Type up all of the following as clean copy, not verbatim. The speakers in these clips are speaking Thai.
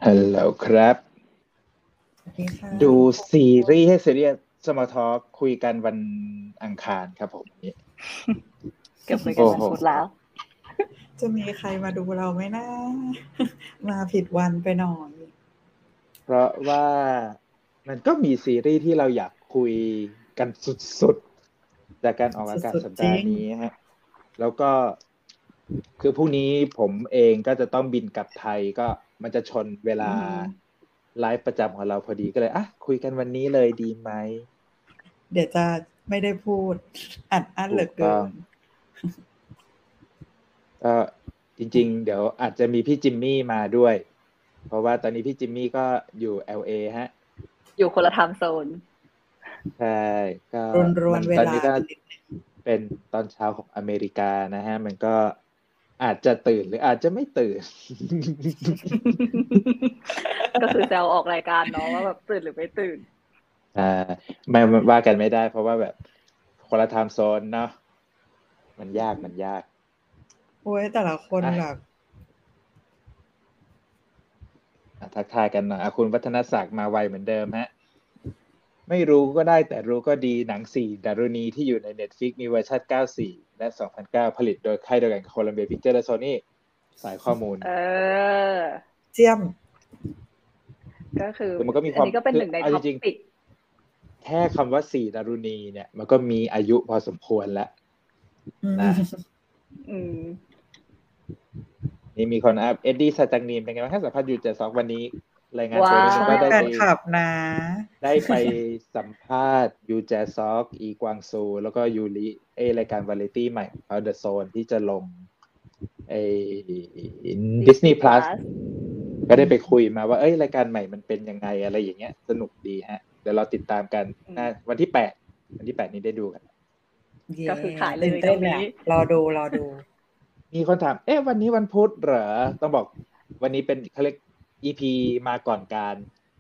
ฮัลโหลครับสวัสดีค่ะดูซีรีส์ให้ซีเรียสสมาทอคุยกันวันอังคารครับผมนี้เกือบคุยกันวันพุธแล้วจะมีใครมาดูเราไหมนะ มาผิดวันไปหน่อยเพราะว่ามันก็มีซีรีส์ที่เราอยากคุยกันสุดๆจากการออกอากาศสัปดาห์นี้ฮะแล้วก็คือพรุ่งนี้ผมเองก็จะต้องบินกลับไทยก็มันจะชนเวลาไลฟ์ประจำของเราพอดีก็เลยคุยกันวันนี้เลยดีไหมเดี๋ยวจะไม่ได้พูดอัดเหลือเกินก็จริงๆเดี๋ยวอาจจะมีพี่จิมมี่มาด้วยเพราะว่าตอนนี้พี่จิมมี่ก็อยู่ LA ฮะอยู่คนละไทม์โซนใช่ก็รวนเวลาตอนนี้ก็เป็นตอนเช้าของอเมริกานะฮะมันก็อาจจะตื่นหรืออาจจะไม่ตื่นก็คือแซวออกรายการเนาะว่าแบบตื่นหรือไม่ตื่นไม่ว่ากันไม่ได้เพราะว่าแบบคนละไทม์โซนเนาะมันยากโอ้ยแต่ละคนแบบทักทายกันหน่อยคุณวัฒนศักดิ์มาไวเหมือนเดิมฮะไม่รู้ก็ได้แต่รู้ก็ดีหนัง4ดารุณีที่อยู่ใน Netflix มีเวอร์ชัน94และ2009ผลิตโดยค่ายเดียวกันโคลัมเบียพิกเจอร์และโซนี่สายข้อมูลเจียมก็คือมันก็มีความอันนี้ก็เป็นหนึ่งในท็อปปิกแค่คำว่า4ดารุณีเนี่ยมันก็มีอายุพอสมควรแล้วนะนี่มีคนเอ็ดดี้ซาจังนีมเป็นไงบ้างถ้าสัมภาษณ์ยูเจซอกวันนี้รายงานตัวนี้ก็ได้ไปขับนะได้ไปสัมภาษณ์ยูเจซอกอีกวางซูแล้วก็ยูริรายการวาไรตี้ใหม่ของเขาเดอะโซนที่จะลงDisney Plus ก็ได้ไปคุยมาว่ารายการใหม่มันเป็นยังไงอะไรอย่างเงี้ยสนุกดีฮะเดี๋ยวเราติดตามกันวันที่8นี้ได้ดูกันก็คือขายเลยตรงนี้รอดูมีคนถามวันนี้วันพุธเหรอต้องบอกวันนี้เป็นเขาเรียก EP มาก่อนการ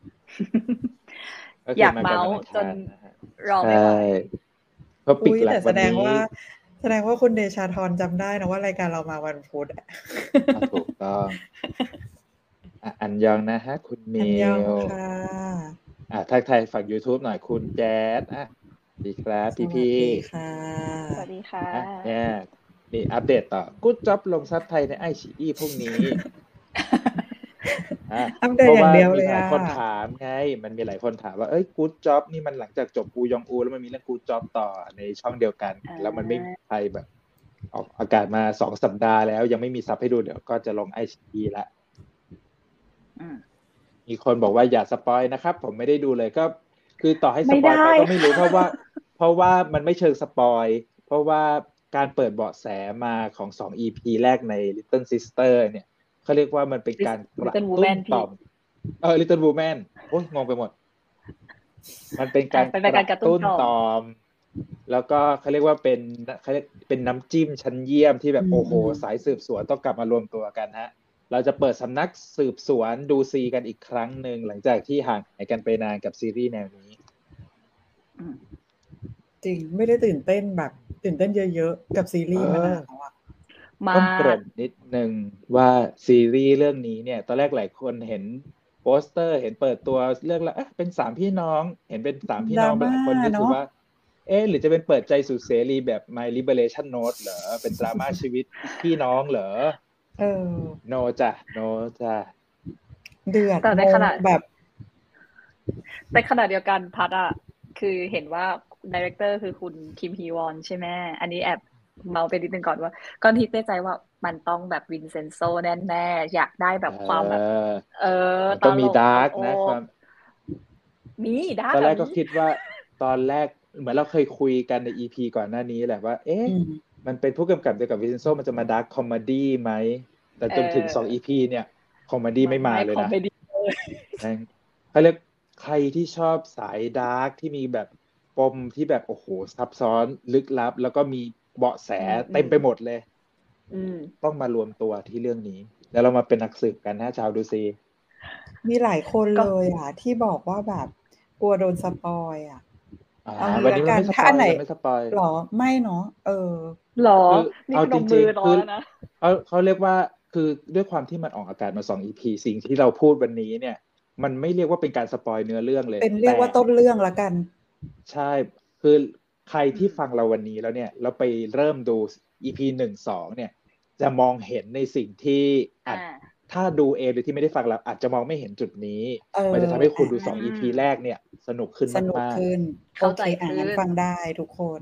อยากเมาส์จนรอไม่ไหวเพราะปิดหลักวันนี้แสดงว่าคุณเดชาธรจำได้นะว่ารายการเรามาวันพุธถูกต้องอันยองนะฮะคุณเมลทักทายฝั่ง YouTube หน่อยคุณแจ๊ดดีครับพี่สวัสดีค่ะเนี่ยนี่อัปเดตต่อกู๊ดจ็อบลงซับไทยในiQIYI พรุ่งนี้เพราะว่ามีหลายคนถามไงมันมีหลายคนถามว่ากู๊ดจ็อบนี่มันหลังจากจบกูยองอูแล้วมันมีเรื่องกู๊ดจ็อบต่อในช่องเดียวกันแล้วมันไม่มีใครแบบออกอากาศมา2 สัปดาห์แล้วยังไม่มีซับให้ดูเดี๋ยวก็จะลงiQIYIละมีคนบอกว่าอย่าสปอยนะครับผมไม่ได้ดูเลยก็คือต่อให้สปอยไปก็ไม่รู้เพราะว่ามันไม่เชิงสปอยเพราะว่าการเปิดเบาะแสมาของ2 EP แรกใน Little Sister เนี่ยเขาเรียกว่ามันเป็นการกระตุ้นต่อมLittle Woman โอ๊ยงงไปหมดมันเป็นการกระตุ้นต่อมแล้วก็เขาเรียกว่าเป็นน้ำจิ้มชั้นเยี่ยมที่แบบโอ้โหสายสืบสวนต้องกลับมารวมตัวกันฮะเราจะเปิดสำนักสืบสวนดูซีกันอีกครั้งหนึ่งหลังจากที่ห่างหายกันไปนานกับซีรีส์แนวนี้จริงไม่ได้ตื่นเต้นแบบตื่นเต้นเยอะๆกับซีรีส์มานานแล้วต้องเกริ่นนิดนึงว่าซีรีส์เรื่องนี้เนี่ยตอนแรกหลายคนเห็นโปสเตอร์เห็นเปิดตัวเรื่องแล้วเป็น3พี่น้องเห็นเป็น3พี่น้องหลายคนรู้สึกว่าหรือจะเป็นเปิดใจสุดเสรีแบบ My Liberation Note เหรอเป็นดราม่าชีวิตพี่น้องเหรอโนจ้ะเดือดแต่ในขณะแบบในขณะเดียวกันพัดคือเห็นว่าไดเรคเตอร์คือคุณคิมฮีวอนใช่ไหมอันนี้แอบเมาไปนิดนึงก่อนว่าก่อนที่เต้ใจว่ามันต้องแบบวินเซนโซแน่ๆอยากได้แบบความแบบต้องมีดาร์กนะความมีดาร์กตอนแรกก็คิดว่าตอนแรกเหมือนเราเคยคุยกันใน EP ก่อนหน้านี้แหละว่ามันเป็นผู้กำกับเดียวกับวินเซนโซมันจะมาดาร์กคอมเมดี้ไหมแต่จนถึง2 EP เนี่ยคอมเมดี้ไม่มาเลยนะเขาเรียกใครที่ชอบสายดาร์กที่มีแบบปมที่แบบโอ้โหซับซ้อนลึกลับแล้วก็มีเบาะแสเต็มไปหมดเลยต้องมารวมตัวที่เรื่องนี้แล้วเรามาเป็นนักสืบกันนะชาวดูซีมีหลายคนเลยที่บอกว่าแบบกลัวโดนสปอยวันนี้มันไม่สปอยไม่สปอยหรอไม่เนาะหรอนี่พนมมือรอแล้วนะเขาเรียกว่าคือด้วยความที่มันออกอากาศมา2 EP สิ่งที่เราพูดวันนี้เนี่ยมันไม่เรียกว่าเป็นการสปอยเนื้อเรื่องเลยเป็นเรียกว่าต้นเรื่องละกันใช่คือใครที่ฟังเราวันนี้แล้วเนี่ยเราไปเริ่มดู EP 1-2เนี่ยจะมองเห็นในสิ่งที่อาจถ้าดูเองโดยที่ไม่ได้ฟังเราอาจจะมองไม่เห็นจุดนี้มันจะทำให้คุณดู2 EP แรกเนี่ยสนุกขึ้นมากๆสนุกขึ้นเข้าใจงั้นฟังได้ทุกคน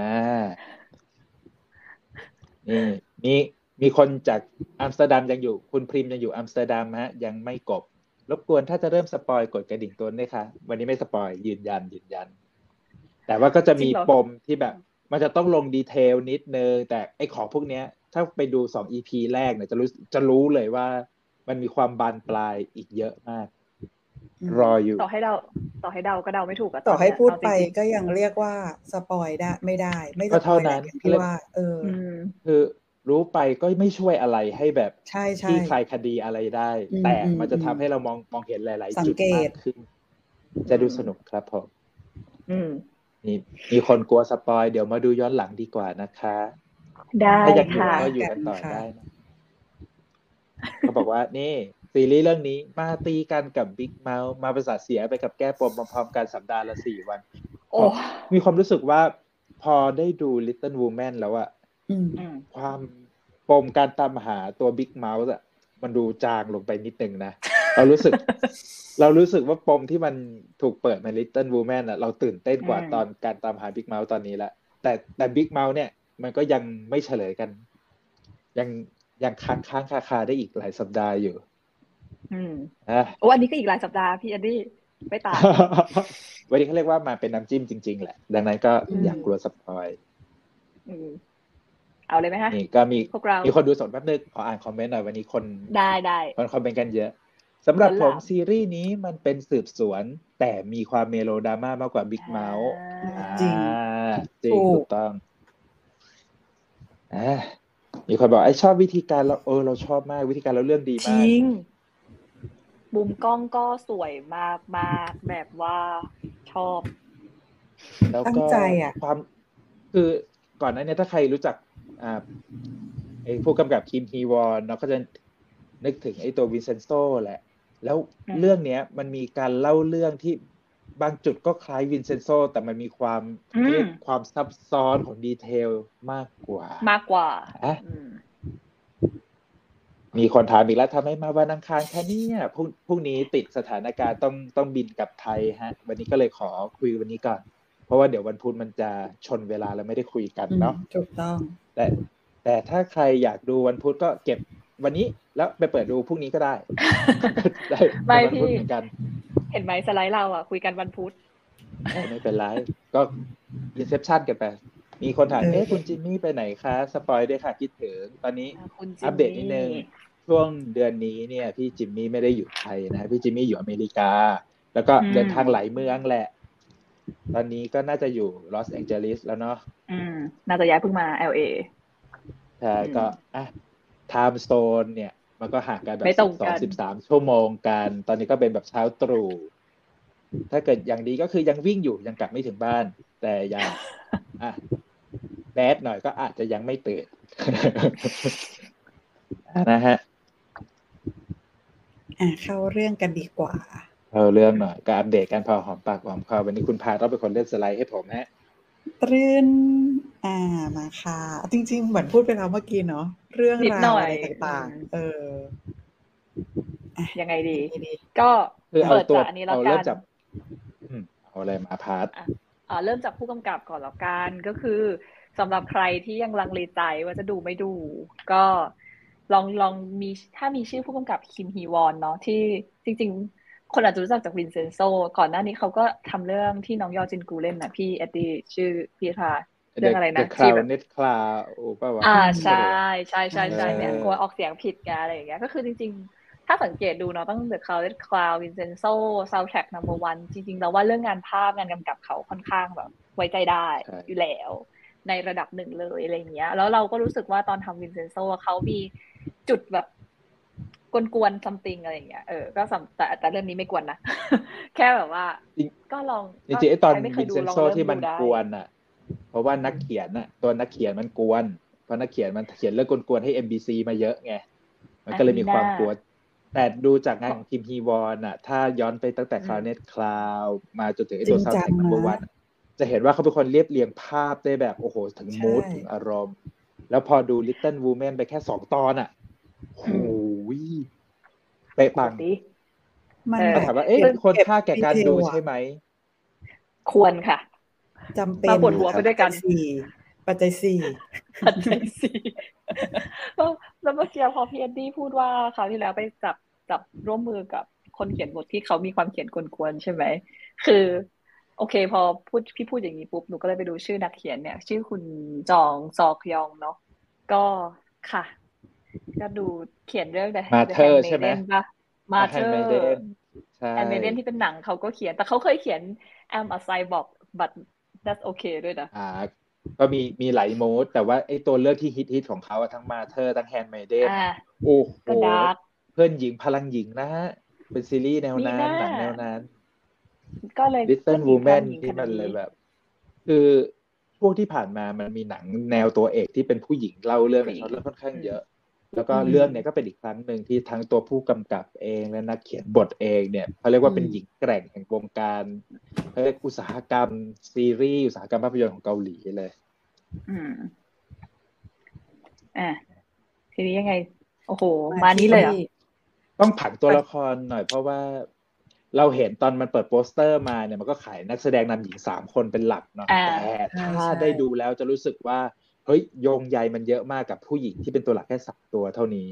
มีคนจากอัมสเตอร์ดัมยังอยู่คุณพริมยังอยู่อัมสเตอร์ดัมฮะยังไม่กบรบกวนถ้าจะเริ่มสปอยกดกระดิ่งตัวด้วยค่ะวันนี้ไม่สปอยยืนยันแต่ว่าก็จะมีปมที่แบบมันจะต้องลงดีเทลนิดนึงแต่ไอ้ของพวกเนี้ยถ้าไปดู2 EP แรกเนี่ยจะรู้เลยว่ามันมีความบานปลายอีกเยอะมากรออยู่ต่อให้เดาก็เดาไม่ถูกต่อให้พูดไปก็ยังเรียกว่าสปอยได้ไม่สปอยนั้นที่ว่าคือรู้ไปก็ไม่ช่วยอะไรให้แบบที่คลายคดีอะไรได้แต่มันจะทำให้เรามองเห็นหลายๆจุดมากขึ้นจะดูสนุกครับผมมีคนกลัวสปอยเดี๋ยวมาดูย้อนหลังดีกว่านะคะได้ถ้าอยากอยู่ก็อยู่กันต่อได้นะเขาบอกว่านี่ซีรีส์เรื่องนี้มาตีกันกับบิ๊กเมาส์มาประสาทเสียไปกับแก้ปมพร้อมๆกันสัปดาห์ละ4 วันมีความรู้สึกว่าพอได้ดู Little Women แล้วอะความปมการตามหาตัวบิ๊กเมาส์อะมันดูจางลงไปนิดนึงนะเรารู้สึกว่าปมที่มันถูกเปิดใน Little Women อะเราตื่นเต้นกว่าตอนการตามหาบิ๊กเมาส์ตอนนี้ละแต่บิ๊กเมาส์เนี่ยมันก็ยังไม่เฉลยกันยังค้างคาได้อีกหลายสัปดาห์อยู่อันนี้ก็อีกหลายสัปดาห์พี่อันนี้ไม่ต่างวันนี้เขาเรียกว่ามาเป็นน้ำจิ้มจริงๆแหละดังนั้นก็อยากกลัวสปอยเอาเลยไหมฮะนี่ก็มีคนดูสดแป๊บนึงขออ่านคอมเมนต์หน่อยวันนี้คนได้คนคอมเมนต์กันเยอะสำหรับผมซีรีส์นี้มันเป็นสืบสวนแต่มีความเมโลดราม่ามากกว่าบิ๊กเมาส์จริงถูกต้องมีคนบอกไอ้ชอบวิธีการเราชอบมากวิธีการเราเรื่องดีมากจริงมุมกล้องก็สวยมากแบบว่าชอบแล้วก็ความคือก่อนหน้านี้ถ้าใครรู้จักไอ้ผู้กำกับคิมฮีวอนเนาะก็จะนึกถึงไอ้ตัววินเซนโซแหละแล้วเรื่องเนี้ยมันมีการเล่าเรื่องที่บางจุดก็คล้ายวินเซนโซแต่มันมีความซับซ้อนของดีเทลมากกว่ามีคนถามอีกแล้วทำไมมาวันอังคารแค่นี้พรุ่งนี้ติดสถานการณ์ต้องบินกลับไทยฮะวันนี้ก็เลยขอคุยวันนี้ก่อนเพราะว่าเดี๋ยววันพุธมันจะชนเวลาแล้วไม่ได้คุยกันเนาะถูกต้องแต่ถ้าใครอยากดูวันพุธก็เก็บวันนี้แล้วไปเปิดดูพรุ่งนี้ก็ได้ไม่พี่เห็นไหมสไลด์เราคุยกันวันพุธไม่เป็นไรก็อินเซปชั่นกันไปมีคนถามคุณจิมมี่ไปไหนคะสปอยด้วยค่ะคิดถึงตอนนี้อัปเดตนิดนึงช่วงเดือนนี้เนี่ยพี่จิมมี่ไม่ได้อยู่ไทยนะพี่จิมมี่อยู่อเมริกาแล้วก็เดินทางหลายเมืองแหละตอนนี้ก็น่าจะอยู่ลอสแองเจลิสแล้วเนาะน่าจะย้ายเพิ่งมา LA ใช่ก็ไทม์โซนเนี่ยมันก็ห่างกันแบบ12-13 ชั่วโมงกันตอนนี้ก็เป็นแบบเช้าตรู่ถ้าเกิดอย่างดีก็คือยังวิ่งอยู่ยังกลับไม่ถึงบ้านแต่ยังแบดหน่อยก็อาจจะยังไม่ตื่นนะฮะเข้าเรื่องกันดีกว่าเข้าเรื่องหน่อยก็อัปเดตกันพอหอมปากหอมคอวันนี้คุณพาต้องเป็นคนเล่นสไลด์ให้ผมฮะตื่นมาค่ะจริงๆเหมือนพูดไปแล้วเมื่อกี้เนาะเรื่องราวอะไรต่างๆยังไงดีก็เปิดจากอันนี้แล้วกันเอาอะไรมาพาร์ทเริ่มจากผู้กำกับก่อนแล้วกันก็คือสำหรับใครที่ยังลังเลใจว่าจะดูไม่ดูก็ลองมีถ้ามีชื่อผู้กำกับคิมฮีวอนเนาะที่จริงๆคนอาจจะรู้จักจากวินเซนโซก่อนหน้านี้เขาก็ทำเรื่องที่น้องยอจินกูเล่นนะพี่แอดดี้ชื่อพี่ทาเรื่องอะไรนะที่แบบเน็ตคลาวป่าวใช่เนี่ยกลัวออกเสียงผิดแกอะไรอย่างเงี้ยก็คือจริงๆถ้าสังเกตดูเนาะตั้งแต่ Crowded Cloud Vincenzo Soundtrack Number 1จริงๆแล้วว่าเรื่องงานภาพงานกำกับเขาค่อนข้างแบบไว้ใจได้อยู่แล้วในระดับหนึ่งเลยอะไรเงี้ยแล้วเราก็รู้สึกว่าตอนทำ Vincenzo เขามีจุดแบบกวนๆ something อะไรอย่างเงี้ยก็แต่เรื่องนี้ไม่กวนนะแค่แบบว่าก็ลองจริงๆไอ้ตอน Vincenzo ที่มันกวนอ่ะเพราะว่านักเขียนน่ะตัวนักเขียนมันกวนเพราะนักเขียนมันเขียนเรื่องกวนๆให้ MBC มาเยอะไงมันก็เลยมีความกลัวแต่ดูจากงานของคิมฮีวอนอ่ะถ้าย้อนไปตั้งแต่คลาวเน็ตคลาวมาจนถึงไอ้ตัวซาวด์แทร็กนัมเบอร์วันจะเห็นว่าเขาเป็นคนเรียบเรียงภาพได้แบบโอ้โหถึงมูดถึงอารมณ์แล้วพอดู Little Women ไปแค่2 ตอนอ่ะโอ้ยเป๊ะปังมันถามว่าคนค่าแก่การดูใช่ไหมควรค่ะจำเป็นมาปวดหัวไปด้วยกันปัจจัยสี่แล้วเมื่อกี้พอพี่เอ็ดดี้พูดว่าคราวที่แล้วไปจับร่วมมือกับคนเขียนบทที่เขามีความเขียนกวนๆใช่ไหมคือโอเคพอพี่พูดอย่างนี้ปุ๊บหนูก็เลยไปดูชื่อนักเขียนเนี่ยชื่อคุณจองซอคยองเนาะก็ค่ะก็ดูเขียนเรื่อง The Handmaiden ป่ะ Handmaiden ใช่ Handmaiden ที่เป็นหนังเขาก็เขียนแต่เขาเคยเขียน I'm a Cyborg but that's okay ด้วยนะก็มีหลายโหมดแต่ว่าไอ้ตัวเลือกที่ฮิตของเขาทั้งมาเธอทั้ง Handmaiden โอ้โหเพื่อนหญิงพลังหญิงนะฮะเป็นซีรีส์แนวนั้นหนังแนวนั้นก็เลย Little Women ที่มันเลยแบบคือพวกที่ผ่านมามันมีหนังแนวตัวเอกที่เป็นผู้หญิงเล่าเรื่องเนี่ยเขาเรื่องค่อนข้างเยอะแล้วก็เรื่องเนี่ยก็เป็นอีกครั้งหนึ่งที่ทั้งตัวผู้กำกับเองและนักเขียนบทเองเนี่ยเขาเรียกว่าเป็นหญิงแกร่งแห่งวงการเขาเรียกอุตสาหกรรมซีรีส์อุตสาหกรรมภาพยนตร์ของเกาหลีเลยทีนี้ยังไงโอ้โหมานี้เลยต้องผันตัวละครหน่อยเพราะว่าเราเห็นตอนมันเปิดโปสเตอร์มาเนี่ยมันก็ขายนักแสดงนำหญิง3 คนเป็นหลักเนาะแต่ถ้าได้ดูแล้วจะรู้สึกว่าเฮ้ยโยงใยมันเยอะมากกับผู้หญิงที่เป็นตัวหลักแค่3 ตัวเท่านี้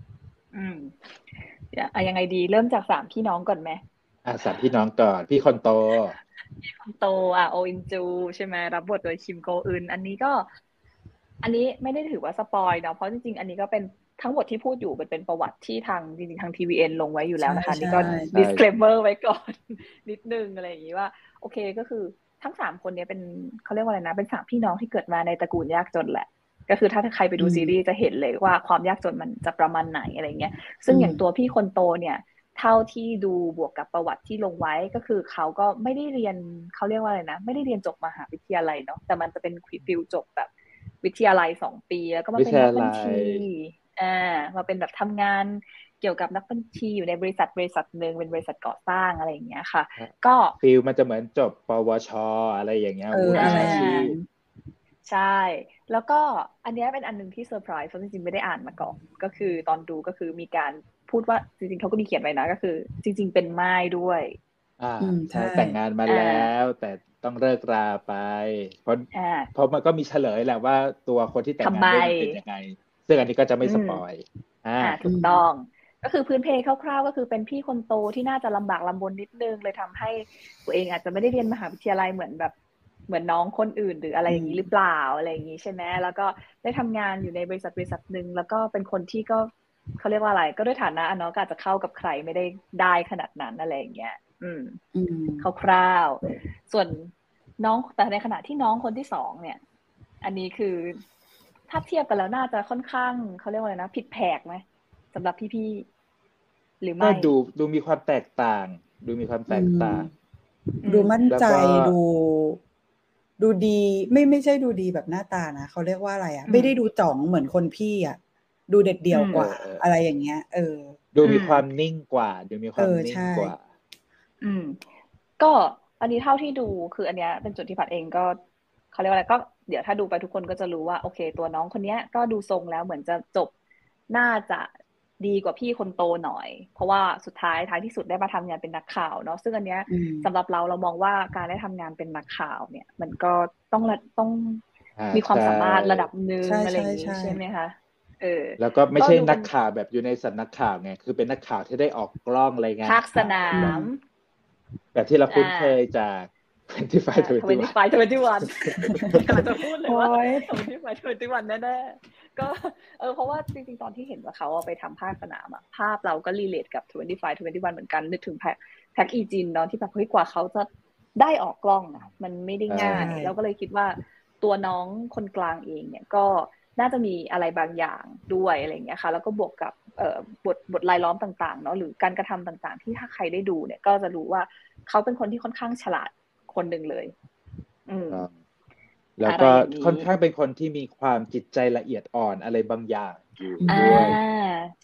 ยังไงดีเริ่มจาก3 พี่น้องก่อนไหม 3 พี่น้องก่อนพี่คนโตโออินจูใช่ไหมรับบทโดยคิมโกอึนอันนี้ไม่ได้ถือว่าสปอยเนาะเพราะจริงๆอันนี้ก็เป็นทั้งหมดที่พูดอยู่เป็นประวัติที่ทางจริงๆทาง TVN ลงไว้อยู่แล้วนะคะนี่ก็ disclaimer ไว้ก่อนนิดนึงอะไรอย่างนี้ว่าโอเคก็คือทั้ง3 คนนี้เป็นเขาเรียกว่าอะไรนะเป็น3 พี่น้องที่เกิดมาในตระกูลยากจนแหละก็คือถ้าใครไปดูซีรีส์จะเห็นเลยว่าความยากจนมันจะประมาณไหนอะไรเงี้ยซึ่งอย่างตัวพี่คนโตเนี่ยเท่าที่ดูบวกกับประวัติที่ลงไว้ก็คือเขาก็ไม่ได้เรียนเขาเรียกว่าอะไรนะไม่ได้เรียนจบมหาวิทยาลัยเนาะแต่มันจะเป็นฟิลจบแบบวิทยาลัย2 ปีแล้วก็มาเป็นนักบัญชีมาเป็นแบบทำงานเกี่ยวกับนักบัญชีอยู่ในบริษัทนึงเป็นบริษัทก่อสร้างอะไรอย่างเงี้ยค่ะก็ฟิลมันจะเหมือนจบปวชอะไรอย่างเงี้ยใช่แล้วก็อันนี้เป็นอันนึงที่เซอร์ไพรส์เพราะจริงๆไม่ได้อ่านมาก่อนก็คือตอนดูก็คือมีการพูดว่าจริงๆเขาก็มีเขียนไว้นะก็คือจริงๆเป็นม่ายด้วยใช่แต่งงานมาแล้วแต่ต้องเลิกราไปเพราะมันก็มีเฉลยแหละว่าตัวคนที่แต่งงานด้วยเป็นยังไงซึ่งอันนี้ก็จะไม่สปอยถูกต้องก็คือพื้นเพคร่าวๆก็คือเป็นพี่คนโตที่น่าจะลำบากลำบนนิดนึงเลยทำให้ตัวเองอาจจะไม่ได้เรียนมหาวิทยาลัยเหมือนน้องคนอื่นหรืออะไรอย่างนี้หรือเปล่าอะไรอย่างนี้ใช่ไหมแล้วก็ได้ทำงานอยู่ในบริษัทนึงแล้วก็เป็นคนที่ก็เขาเรียกว่าอะไรก็ด้วยฐานะเนาะก็อาจจะเข้ากับใครไม่ได้ขนาดนั้นอะไรอย่างเงี้ยคร่าวๆส่วนน้องแต่ในขณะที่น้องคนที่2เนี่ยอันนี้คือถ้าเทียบกันแล้วน่าจะค่อนข้างเขาเรียกว่าอะไรนะผิดแผกไหมสำหรับพี่ๆหรือไม่ก็ดูมีความแตกต่างดูมั่นใจดูดีไม่ใช่ดูดีแบบหน้าตานะเขาเรียกว่าอะไรไม่ได้ดูจ่องเหมือนคนพี่ดูเด็ดเดี่ยวกว่าอะไรอย่างเงี้ยดูมีความนิ่งกว่าดูมีความนิ่งกว่าก็อันนี้เท่าที่ดูคืออันเนี้ยเป็นจุดที่ผัดเองก็เขาเรียกว่าอะไรก็เดี๋ยวถ้าดูไปทุกคนก็จะรู้ว่าโอเคตัวน้องคนนี้ก็ดูทรงแล้วเหมือนจะจบน่าจะดีกว่าพี่คนโตหน่อยเพราะว่าสุดท้ายที่สุดได้มาทำงานเป็นนักข่าวเนาะซึ่งอันเนี้ยสำหรับเรามองว่าการได้ทำงานเป็นนักข่าวเนี่ยมันก็ต้องมีความสามารถระดับนึงอะไรอย่างนี้ใช่ไหมคะแล้วก็ไม่ใช่นักข่าวแบบอยู่ในสำนักข่าวไงคือเป็นนักข่าวที่ได้ออกกล้องรายงานภาคสนามแบบที่เราคุ้นเคยจาก25 21จะพูดเลยว่า25 21แน่ๆก็เพราะว่าจริงๆตอนที่เห็นว่าเขาไปทำภาคสนามภาพเราก็รีเลทกับ25 21เหมือนกันนึกถึงแพ็คอีจินเนาะที่แบบเฮ้ยกว่าเขาจะได้ออกกล้องมันไม่ได้ง่ายแล้วก็เลยคิดว่าตัวน้องคนกลางเองเนี่ยก็น่าจะมีอะไรบางอย่างด้วยอะไรอย่างเงี้ยค่ะแล้วก็บวกกับบทรายล้อมต่างๆเนาะหรือการกระทำต่างๆที่ถ้าใครได้ดูเนี่ยก็จะรู้ว่าเขาเป็นคนที่ค่อนข้างฉลาดคนหนึ่งเลยแล้วก็ค่อนข้างเป็นคนที่มีความจิตใจละเอียดอ่อนอะไรบางอย่างอยู่ด้วยใ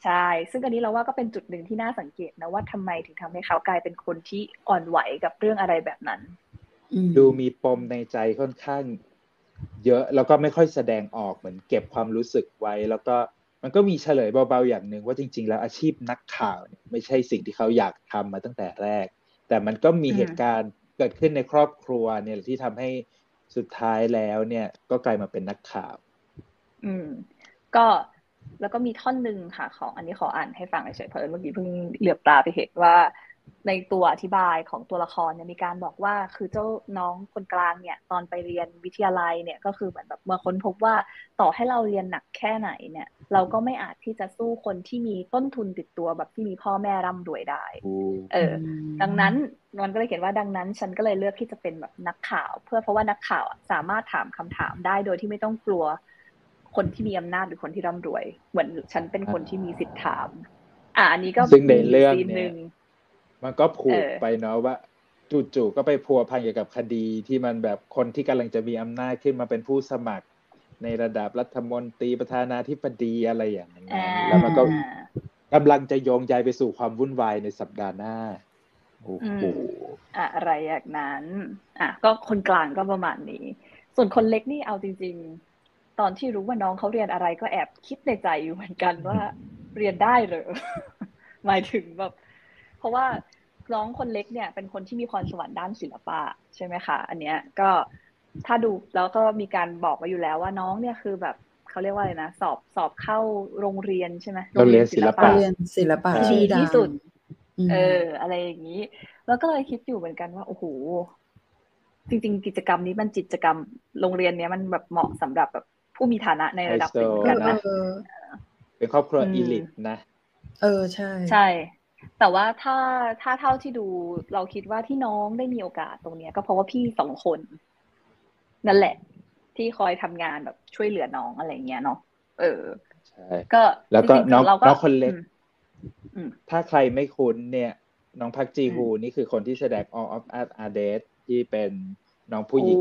ใช่ซึ่งอันนี้เราว่าก็เป็นจุดหนึ่งที่น่าสังเกตนะว่าทำไมถึงทำให้เขากลายเป็นคนที่อ่อนไหวกับเรื่องอะไรแบบนั้นดูมีปมในใจค่อนข้างเยอะแล้วก็ไม่ค่อยแสดงออกเหมือนเก็บความรู้สึกไว้แล้วก็มันก็มีเฉลยเบาๆอย่างหนึ่งว่าจริงๆแล้วอาชีพนักข่าวเนี่ยไม่ใช่สิ่งที่เขาอยากทำมาตั้งแต่แรกแต่มันก็มีเหตุการณ์เกิดขึ้นในครอบครัวเนี่ยที่ทำให้สุดท้ายแล้วเนี่ยก็กลายมาเป็นนักข่าวก็แล้วก็มีท่อนหนึ่งค่ะของอันนี้ขออ่านให้ฟังเฉยๆเพราะเมื่อกี้เพิ่งเหลือบตาไปเห็นว่าในตัวอธิบายของตัวละครเนี่ยมีการบอกว่าคือเจ้าน้องคนกลางเนี่ยตอนไปเรียนวิทยาลัยเนี่ยก็คือเหมือนแบบเมื่อค้นพบว่าต่อให้เราเรียนหนักแค่ไหนเนี่ยเราก็ไม่อาจที่จะสู้คนที่มีต้นทุนติดตัวแบบที่มีพ่อแม่ร่ำรวยได้ดังนั้นมันก็เลยเขียนว่าดังนั้นฉันก็เลยเลือกที่จะเป็นแบบนักข่าวเพราะว่านักข่าวสามารถถามคำถามได้โดยที่ไม่ต้องกลัวคนที่มีอำนาจหรือคนที่ร่ำรวยเหมือนฉันเป็นคนที่มีสิทธิ์ถามอันนี้ก็ซึ่งในเรื่องเนี่ยมันก็ผูกไปเนาะว่าจู่ๆก็ไปพัวพันเกี่ยวกับคดีที่มันแบบคนที่กำลังจะมีอำนาจขึ้นมาเป็นผู้สมัครในระดับรัฐมนตรีประธานาธิบดีอะไรอย่างนั้นแล้วมันก็กำลังจะโยงใยไปสู่ความวุ่นวายในสัปดาห์หน้าโอ้โหอะไรอย่างนั้นก็คนกลางก็ประมาณนี้ส่วนคนเล็กนี่เอาจริงๆตอนที่รู้ว่าน้องเขาเรียนอะไรก็แอบคิดในใจอยู่เหมือนกันว่าเรียนได้เหรอ หมายถึงแบบเพราะว่าน้องคนเล็กเนี่ยเป็นคนที่มีพรสวรรค์ด้านศิลปะใช่ไหมคะอันเนี้ยก็ถ้าดูแล้วก็มีการบอกไว้อยู่แล้วว่าน้องเนี่ยคือแบบเขาเรียกว่าอะไรนะสอบเข้าโรงเรียนใช่ไหมโรงเรียนศิลปะที่ดีที่สุดอะไรอย่างนี้แล้วก็เลยคิดอยู่เหมือนกันว่าโอ้โหจริงๆกิจกรรมนี้มันกิจกรรมโรงเรียนเนี้ยมันแบบเหมาะสำหรับแบบผู้มีฐานะในระดับหนึ่งกันนะเป็นครอบครัวอีลิทนะใช่ใช่แต่ว่าถ้าเท่าที่ดูเราคิดว่าที่น้องได้มีโอกาสตรงเนี้ยก็เพราะว่าพี่2 คนนั่นแหละที่คอยทำงานแบบช่วยเหลือน้องอะไรเงี้ยเนาะใช่ก็แล้วก็น้องคนเล็กถ้าใครไม่คุ้นเนี่ยน้องพักจีฮูนี่คือคนที่แสดง All of Us Are Dead ที่เป็นน้องผู้หญิง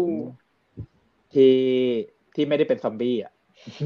ที่ไม่ได้เป็นซอมบี้อ่ะ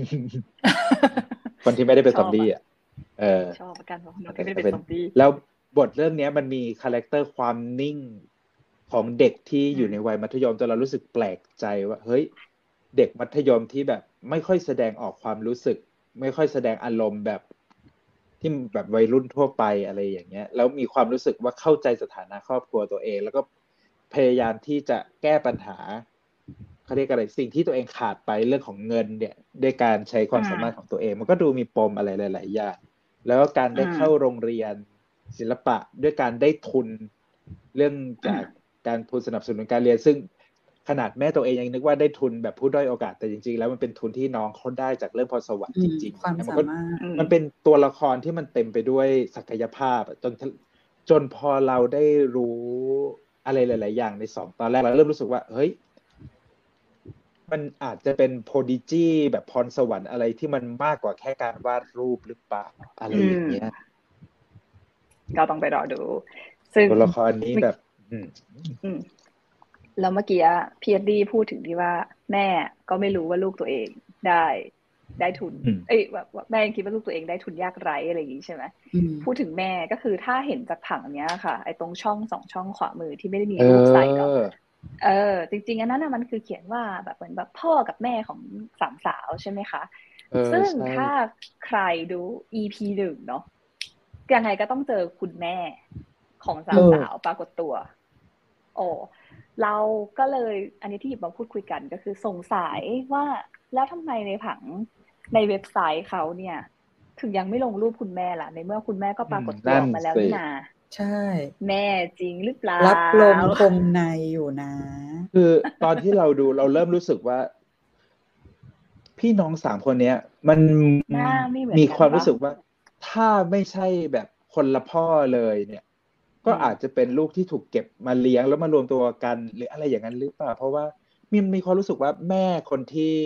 คนที่ไม่ได้เป็นซอมบี้อ่ะชอบกันเพราะน้องไม่ได้เป็นซอมบี้แล้วบทเรื่องนี้มันมีคาแรคเตอร์ความนิ่งของเด็กที่อยู่ในวัยมัธยมจนเรารู้สึกแปลกใจว่าเฮ้ยเด็กมัธยมที่แบบไม่ค่อยแสดงออกความรู้สึกไม่ค่อยแสดงอารมณ์แบบที่แบบวัยรุ่นทั่วไปอะไรอย่างเงี้ยแล้วมีความรู้สึกว่าเข้าใจสถานะครอบครัวตัวเองแล้วก็พยายามที่จะแก้ปัญหาเขาเรียกอะไรสิ่งที่ตัวเองขาดไปเรื่องของเงินเนี่ยด้วยการใช้ความสามารถของตัวเองมันก็ดูมีปมอะไรหลายๆอย่างแล้วการได้เข้าโรงเรียนศิลปะด้วยการได้ทุนเรื่องจากการทุนสนับสนุนการเรียนซึ่งขนาดแม่ตัวเองยังนึกว่าได้ทุนแบบผู้ด้อยโอกาสแต่จริงๆแล้วมันเป็นทุนที่น้องเขาได้จากเรื่องพรสวรรค์จริงๆความสามารถมันเป็นตัวละครที่มันเต็มไปด้วยศักยภาพจนพอเราได้รู้อะไรหลายๆอย่างใน2 ตอนแรกเราเริ่มรู้สึกว่าเฮ้ยมันอาจจะเป็นโพดิจีแบบพรสวรรค์อะไรที่มันมากกว่าแค่การวาดรูปหรือเปล่าอะไรอย่างเงี้ยก็ต้องไปรอดูซึ่งตัวละครนี้แบบแล้วเมื่อกี้พีเอสดีพูดถึงที่ว่าแม่ก็ไม่รู้ว่าลูกตัวเองได้ทุนแบบแม่คิดว่าลูกตัวเองได้ทุนยากไร้อะไรอย่างนี้ใช่ไหมพูดถึงแม่ก็คือถ้าเห็นจากผังเนี้ยค่ะไอ้ตรงช่อง2 ช่องขวามือที่ไม่ได้มีรูปใส่เนาะจริงๆอันนั้นมันคือเขียนว่าแบบเหมือนแบบพ่อกับแม่ของ3 สาวใช่ไหมคะซึ่งถ้าใครดู EP 1เนาะยังไงก็ต้องเจอคุณแม่ของ3 สาวปรากฏตัวเราก็เลยอันนี้ที่หยิบมาพูดคุยกันก็คือสงสัยว่าแล้วทำไมในผังในเว็บไซต์เขาเนี่ยถึงยังไม่ลงรูปคุณแม่ล่ะในเมื่อคุณแม่ก็ปรากฏตัวออกมาแล้วนี่นาใช่แม่จริงหรือเปล่ารับลมคมในอยู่นะคือตอนที่เราดูเราเริ่มรู้สึกว่าพี่น้อง3 คนเนี้ยมันมีความรู้สึกว่าถ้าไม่ใช่แบบคนละพ่อเลยเนี่ยก็อาจจะเป็นลูกที่ถูกเก็บมาเลี้ยงแล้วมารวมตัวกันหรืออะไรอย่างนั้นหรือเปล่าเพราะว่ามีความรู้สึกว่าแม่คน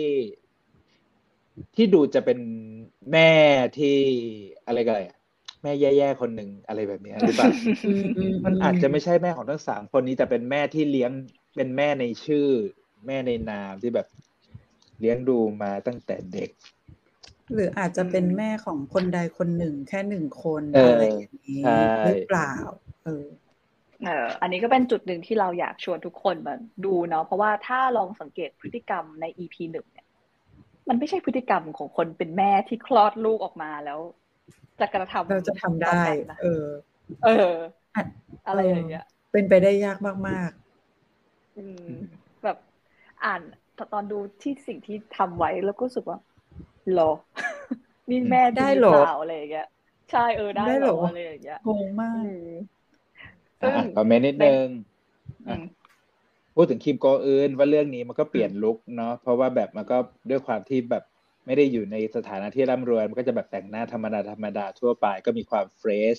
ที่ดูจะเป็นแม่ที่อะไรกันแม่แย่ๆคนหนึ่งอะไรแบบนี้หรือเปล่ามันอาจจะไม่ใช่แม่ของทั้ง3 คนนี้แต่เป็นแม่ที่เลี้ยงเป็นแม่ในชื่อแม่ในนามที่แบบเลี้ยงดูมาตั้งแต่เด็กหรืออาจจะเป็นแม่ของคนใดคนหนึ่งแค่หนึ่งคนเอออะไรอย่างนี้ใช่หรือเปล่าอันนี้ก็เป็นจุดหนึ่งที่เราอยากชวนทุกคนมาดูเนาะเพราะว่าถ้าลองสังเกตพฤติกรรมใน EP 1เนี่ยมันไม่ใช่พฤติกรรมของคนเป็นแม่ที่คลอดลูกออกมาแล้วจะกระทำเราจะทำได้แบบนั้นนะ อะไรอย่างเงี้ยเป็นไปได้ยากมากแบบอ่านตอนดูที่สิ่งที่ทำไว้แล้วก็รู้สึกว่าหรอ นี่แม่จริงได้หเหรรืออเปล่าอะไรอย่างเงี้ยใช่ได้ได้เหเหรรอออะไรอย่างเงี้ยๆงงมากซึ่งคอมเมนต์นิดนึงพูดถึงคิมโกอึนว่าเรื่องนี้มันก็เปลี่ยนลุคเนาะเพราะว่าแบบมันก็ด้วยความที่แบบไม่ได้อยู่ในสถานะที่ร่ำรวยมันก็จะแบบแต่งหน้าธรรมดาทั่วไปก็มีความเฟรช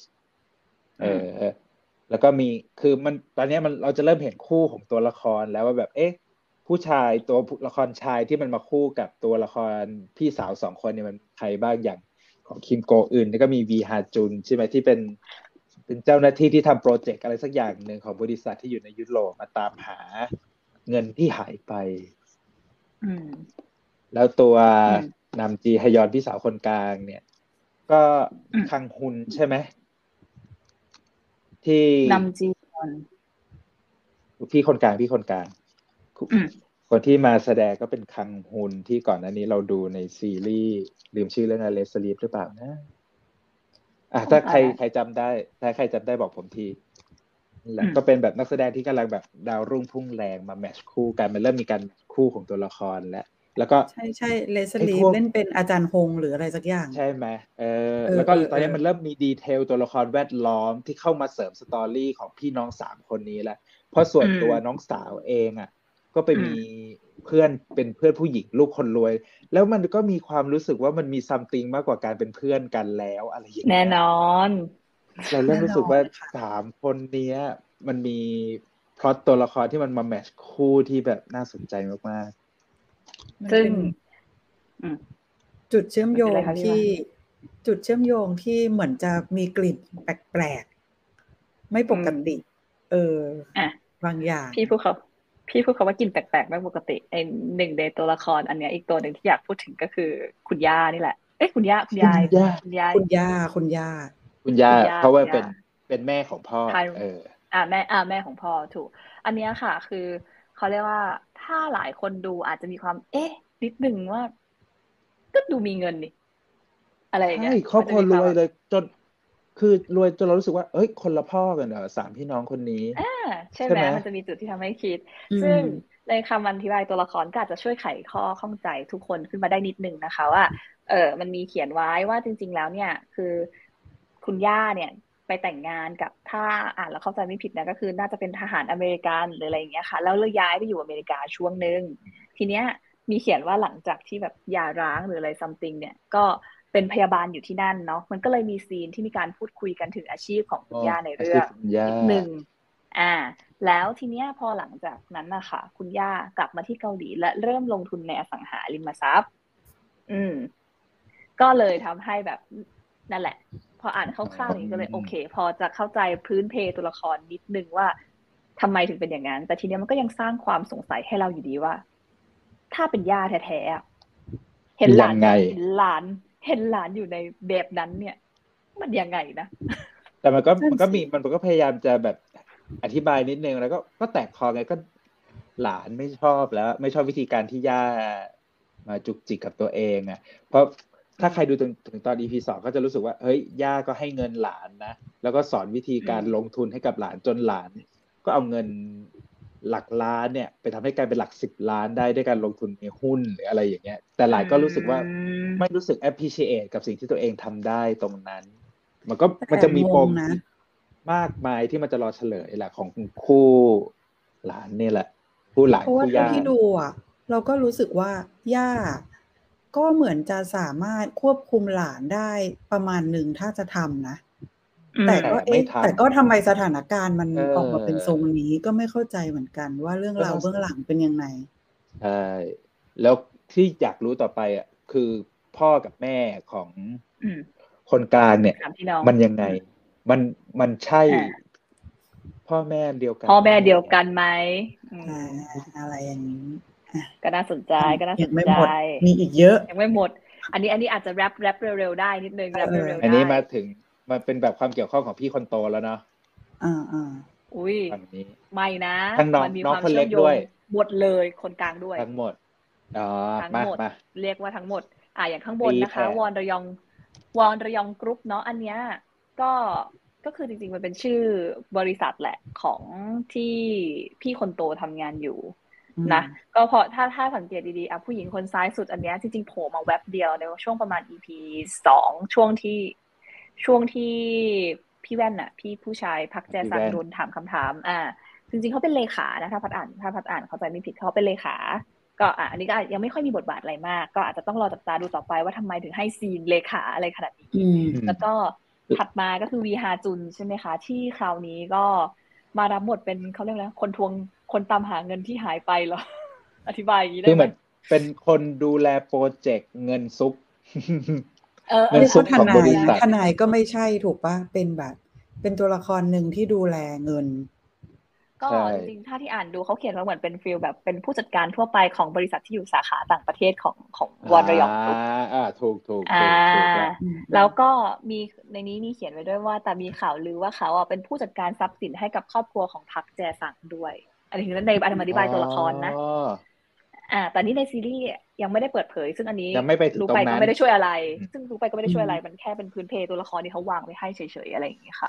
แล้วก็มีคือมันตอนนี้มันเราจะเริ่มเห็นคู่ของตัวละครแล้วว่าแบบผู้ชายตัวละครชายที่มันมาคู่กับตัวละครพี่สาวสองคนเนี่ยมันใครบ้างอย่างของคิมโกอึนแล้วก็มีวีฮาจุนใช่ไหมที่เป็นเจ้าหน้าที่ที่ทำโปรเจกต์อะไรสักอย่างหนึ่งของบริษัทที่อยู่ในยุโรปมาตามหาเงินที่หายไปแล้วตัวนำจีฮยอนพี่สาวคนกลางเนี่ยก็คังฮุนใช่ไหมที่นำจีฮยอนพี่คนกลางคนที่มาแสดงก็เป็นคังฮุนที่ก่อนหน้านี้เราดูในซีรีส์ลืมชื่อเรื่องอะไรสลีปหรือเปล่านะถ้าใครจำได้บอกผมทีแล้วก็เป็นแบบนักแสดงที่กำลังแบบดาวรุ่งพุ่งแรงมาแมทช์คู่กันมันเริ่มมีการคู่ของตัวละครแล้วก็ใช่เลสลีฟเล่นเป็นอาจารย์ฮงหรืออะไรสักอย่างใช่ไหมแล้วก็ตอนนี้มันเริ่มมีดีเทลตัวละครแวดล้อมที่เข้ามาเสริมสตอรี่ของพี่น้อง3คนนี้แล้วเพราะส่วนตัวน้องสาวเองก็ไปมีเพื่อนเป็นเพื่อนผู้หญิงลูกคนรวยแล้วมันก็มีความรู้สึกว่ามันมีซัมติงมากกว่าการเป็นเพื่อนกันแล้วอะไรอย่างเงี้ยแน่นอนเราเริ่มรู้สึกว่า3คนนี้มันมีพล็อตตัวละครที่มันมาแมทช์คู่ที่แบบน่าสนใจมากๆซึ่งจุดเชื่อมโยงที่เหมือนจะมีกลิ่นแปลกๆไม่ปกติบางอย่างพี่พูดเขาว่ากินแปลกๆไม่ปกติหนึ่งในตัวละครอันเนี้ยอีกตัวหนึ่งที่อยากพูดถึงก็คือคุณย่านี่แหละคุณยายเพราะว่าเป็นแม่ของพ่อแม่ของพ่อถูกอันเนี้ยค่ะคือเขาเรียกว่าถ้าหลายคนดูอาจจะมีความนิดนึงว่าก็ดูมีเงินนี่อะไรอย่างเงี้ยใช่ครอบครัวรวยเลยจนคือรวยจนเรารู้สึกว่าคนละพ่อกันเหรอ3พี่น้องคนนี้ใช่ไหมมันจะมีจุดที่ทำให้คิดซึ่งในคำอธิบายตัวละครก็อาจจะช่วยไขข้อข้องใจทุกคนขึ้นมาได้นิดนึงนะคะว่ามันมีเขียนไว้ว่าจริงๆแล้วเนี่ยคือคุณย่าเนี่ยไปแต่งงานกับถ้าอ่านแล้วเข้าใจไม่ผิดนะก็คือน่าจะเป็นทหารอเมริกันหรืออะไรอย่างเงี้ยค่ะแล้วเลยย้ายไปอยู่อเมริกาช่วงนึงทีเนี้ยมีเขียนว่าหลังจากที่แบบหย่าร้างหรืออะไรซัมติงเนี่ยก็เป็นพยาบาลอยู่ที่นั่นเนาะมันก็เลยมีซีนที่มีการพูดคุยกันถึงอาชีพของคุณย่าในเรื่องนิดนึงแล้วทีเนี้ยพอหลังจากนั้นนะคะคุณย่ากลับมาที่เกาหลีและเริ่มลงทุนในอสังหาริมทรัพย์ก็เลยทำให้แบบนั่นแหละพออ่านคร่าวๆนี้ก็เลยโอเคพอจะเข้าใจพื้นเพตัวละครนิดนึงว่าทำไมถึงเป็นอย่างนั้นแต่ทีเนี้ยมันก็ยังสร้างความสงสัยให้เราอยู่ดีว่าถ้าเป็นย่าแท้ๆเห็นหลานอยู่ในแบบนั้นเนี่ยมันยังไงนะแต่มันก็พยายามจะแบบอธิบายนิดนึงแล้วก็แตกคอไงก็หลานไม่ชอบแล้วไม่ชอบวิธีการที่ย่ามาจุกจิกกับตัวเองเพราะถ้าใครดูถึงตอน EP 2ก็จะรู้สึกว่าเฮ้ยย่าก็ให้เงินหลานนะแล้วก็สอนวิธีการลงทุนให้กับหลานจนหลานก็เอาเงินหลักล้านเนี่ยไปทำให้กลายเป็นหลัก10 ล้านได้ด้วยการลงทุนในหุ้นหรืออะไรอย่างเงี้ยแต่หลานก็รู้สึกว่าไม่รู้สึก appreciate กับสิ่งที่ตัวเองทำได้ตรงนั้นมันจะมีปมมากมายที่มันจะรอเฉลยแหละของคู่หลานนี่แหละคู่หลานคู่ย่าที่ดูเราก็รู้สึกว่าย่าก็เหมือนจะสามารถควบคุมหลานได้ประมาณหนึ่งถ้าจะทำนะแต่ก็ทำไมสถานการณ์มันออกมาเป็นทรงนี้ก็ไม่เข้าใจเหมือนกันว่าเรื่องราวเบื้องหลังเป็นยังไงใช่แล้วที่อยากรู้ต่อไปคือพ่อกับแม่ของคนกลางเนี่ยมันยังไงมันใช่พ่อแม่เดียวกันไหมอะไรอย่างนี้ก็น่าสนใจยังไม่หมดมีอีกเยอะยังไม่หมดอันนี้อาจจะแรปเร็วๆได้นิดนึงแรปเร็วๆได้อันนี้มาถึงมันเป็นแบบความเกี่ยวข้องของพี่คนโตแล้วเนาะอุ้ยฝั่งนี้ไม่นะทั้งน้องมันมีน้อคงวามคนเชื่เล็อมกโยด้วงยหมดเลยคนกลางด้วยทั้งหมดทั้งมาหมดมาเรียกว่าทั้งหมดอย่างข้างบนตีนะคะแผ่วอนระยองกรุ๊ปเนาะอันเนี้ยก็คือจริงๆมันเป็นชื่อบริษัทแหละของที่พี่คนโตทำงานอยู่นะก็เพราะถ้าสังเกตดีๆผู้หญิงคนซ้ายสุดอันเนี้ยจริงๆโผล่มาแวบเดียวในช่วงประมาณ EP 2ช่วงที่พี่แว่นน่ะพี่ผู้ชายพักแจซังโดนถามคำถามจริงๆเขาเป็นเลขานะถ้าพัดอ่านเข้าใจไม่ผิดเขาเป็นเลขาก็อันนี้ก็ยังไม่ค่อยมีบทบาทอะไรมากก็อาจจะต้องรอจับตาดูต่อไปว่าทำไมถึงให้ซีนเลขาอะไรขนาดนี้แล้วก็ถัดมาก็คือวีฮาจุนใช่ไหมคะที่คราวนี้ก็มารับบทเป็นเขาเรียกอะไรคนตามหาเงินที่หายไปเหรอ อธิบายอย่างนี้ได้ไหมคือเหมือนเป็นคนดูแลโปรเจกต์เงินซุกเงินซุกของบริษัททนายก็ไม่ใช่ถูกปะเป็นแบบเป็นตัวละครหนึ่งที่ดูแลเงินก็จริงๆถ้าที่อ่านดูเขาเขียนว่าเหมือนเป็นฟีลแบบเป็นผู้จัดการทั่วไปของบริษัทที่อยู่สาขาต่างประเทศของวอนระยองกรุ๊ปถูกแล้วก็มีในนี้มีเขียนไว้ด้วยว่าแต่มีข่าวลือว่าเขาเป็นผู้จัดการทรัพย์สินให้กับครอบครัวของพักแจสังด้วยอันนี้คือในอธิบายตัวละครนะแต่นี่ในซีรีส์ยังไม่ได้เปิดเผยซึ่งอันนี้รู้ไปก็ไม่ได้ช่วยอะไรซึ่งรู้ไปก็ไม่ได้ช่วยอะไรมันแค่เป็นพื้นเพตัวละครที่เขาวางไว้ให้เฉยๆอะไรอย่างเงี้ยค่ะ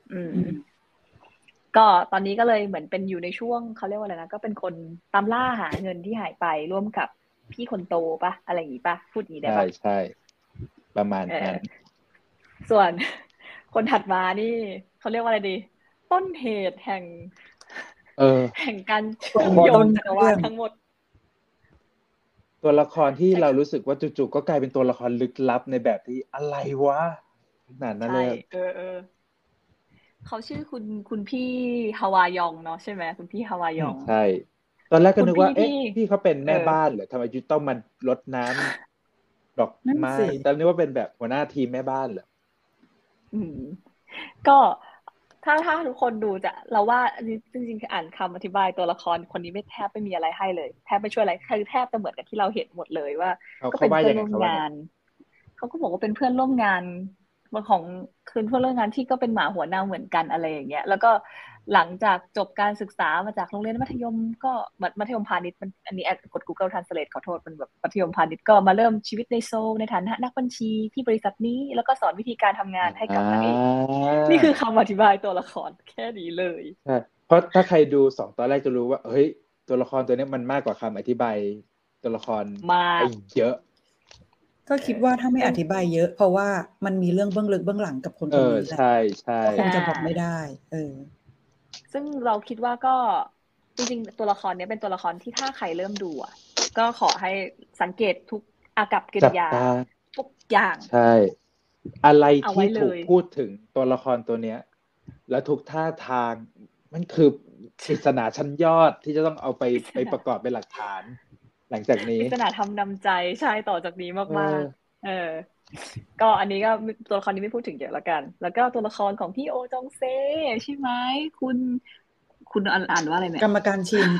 ก็ตอนนี้ก็เลยเหมือนเป็นอยู่ในช่วงเขาเรียกว่าอะไรนะก็เป็นคนตามล่าหาเงินที่หายไปร่วมกับพี่คนโตปะอะไรอย่างงี้ปะพูดอย่างนี้ได้ปะใช่ประมาณนั้นส่วนคนถัดมานี่เขาเรียกว่าอะไรดีต้นเหตุแห่งการโยนจักรวาลทั้งหมดตัวละครที่เรารู้สึกว่าจู่ๆก็กลายเป็นตัวละครลึกลับในแบบที่อะไรวะขนาดนั้นเลยเขาชื่อคุณพี่ฮาวายองเนาะใช่ไหมคุณพี่ฮาวายองใช่ตอนแรกก็นึกว่าพี่เขาเป็นแม่บ้านเหรอทำไมจุต้องมารดน้ำดอกไม้แต่นึกว่าเป็นแบบหัวหน้าทีมแม่บ้านเหรอก็ถ้าทุกคนดูจะเราว่าจริงๆอ่านคำอธิบายตัวละครคนนี้แทบไม่มีอะไรให้เลยแทบไม่ช่วยอะไรคือแทบจะเหมือนกับที่เราเห็นหมดเลยว่าก็เป็นเพื่อนร่วมงานเขาก็บอกว่าเป็นเพื่อนร่วมงานของคืนเพื่อนร่วมงานที่ก็เป็นหมาหัวหน้าเหมือนกันอะไรอย่างเงี้ยแล้วก็หลังจากจบการศึกษามาจากโรงเรียนมัธยมก็มัธยมพาณิชย์มันอันนี้แอดกด Google Translate ขอโทษมันแบบมัธยมพาณิชย์ก็มาเริ่มชีวิตในโซลในฐานะนักบัญชีที่บริษัทนี้แล้วก็สอนวิธีการทำงานให้กับนางเอกนี่คือคำอธิบายตัวละครแค่นี้เลยใช่เพราะถ้าใครดู2ตอนแรกจะรู้ว่าเฮ้ยตัวละครตัวนี้มันมากกว่าคำอธิบายตัวละครไปเยอะก็คิดว่าถ้าไม่อธิบายเยอะเพราะว่ามันมีเรื่องเบื้องลึกเบื้องหลังกับคนคนนี้แหละก็คงจะบอกไม่ได้ซึ่งเราคิดว่าก็จริงๆตัวละครนี้เป็นตัวละครที่ถ้าใครเริ่มดูก็ขอให้สังเกตทุกอากัปกิริยาทุกอย่างใช่อะไรที่ถูกพูดถึงตัวละครตัวเนี้ยแล้วทุกท่าทางมันคือปริศนาชั้นยอดที่จะต้องเอาไปประกอบเป็นหลักฐานหลังจากนี้ปริศนาทำนำใจใช่ต่อจากนี้มากๆก็อันนี้ก็ตัวละครนี้ไม่พูดถึงเยอะละกันแล้วก็ตัวละครของพี่โอจงเซใช่ไหมคุณอ่านว่าอะไรเนี่ยกรรมการชิน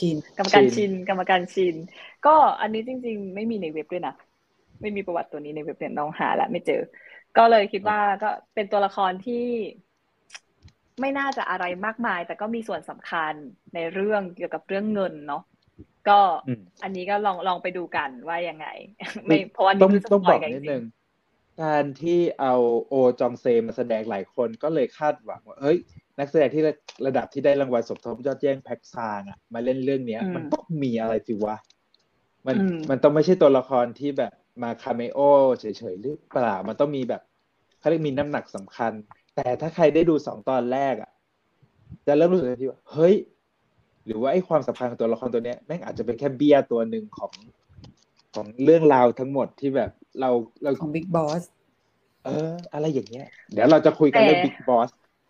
ก็อันนี้จริงๆไม่มีในเว็บด้วยนะไม่มีประวัติตัวนี้ในเว็บเนี่ยน้องหาละไม่เจอก็เลยคิดว่าก็เป็นตัวละครที่ไม่น่าจะอะไรมากมายแต่ก็มีส่วนสำคัญในเรื่องเกี่ยวกับเรื่องเงินเนาะก็อันนี้ก็ลองไปดูกันว่ายังไงไม่เพราะว่าต้องบอกนิดนึงการที่เอาโอจองเซมาแสดงหลายคนก็เลยคาดหวังว่าเฮ้ยนักแสดงที่ระดับที่ได้รางวัลสมทบยอดเยี่ยมแพ็กซางมาเล่นเรื่องนี้มันต้องมีอะไรสิวะมันต้องไม่ใช่ตัวละครที่แบบมาคาเมโอเฉยๆหรือเปล่ามันต้องมีแบบเขาเรียกมีน้ำหนักสำคัญแต่ถ้าใครได้ดู2ตอนแรกจะเริ่มรู้สึกที่ว่าเฮ้ยหรือว่าไอ้ความสำคัญของตัวละครตัวนี้แม่งอาจจะเป็นแค่เบี้ยตัวหนึ่งของเรื่องราวทั้งหมดที่แบบเราของ Big Boss อะไรอย่างเงี้ยเดี๋ยวเราจะคุยกันเรื่อง Big Boss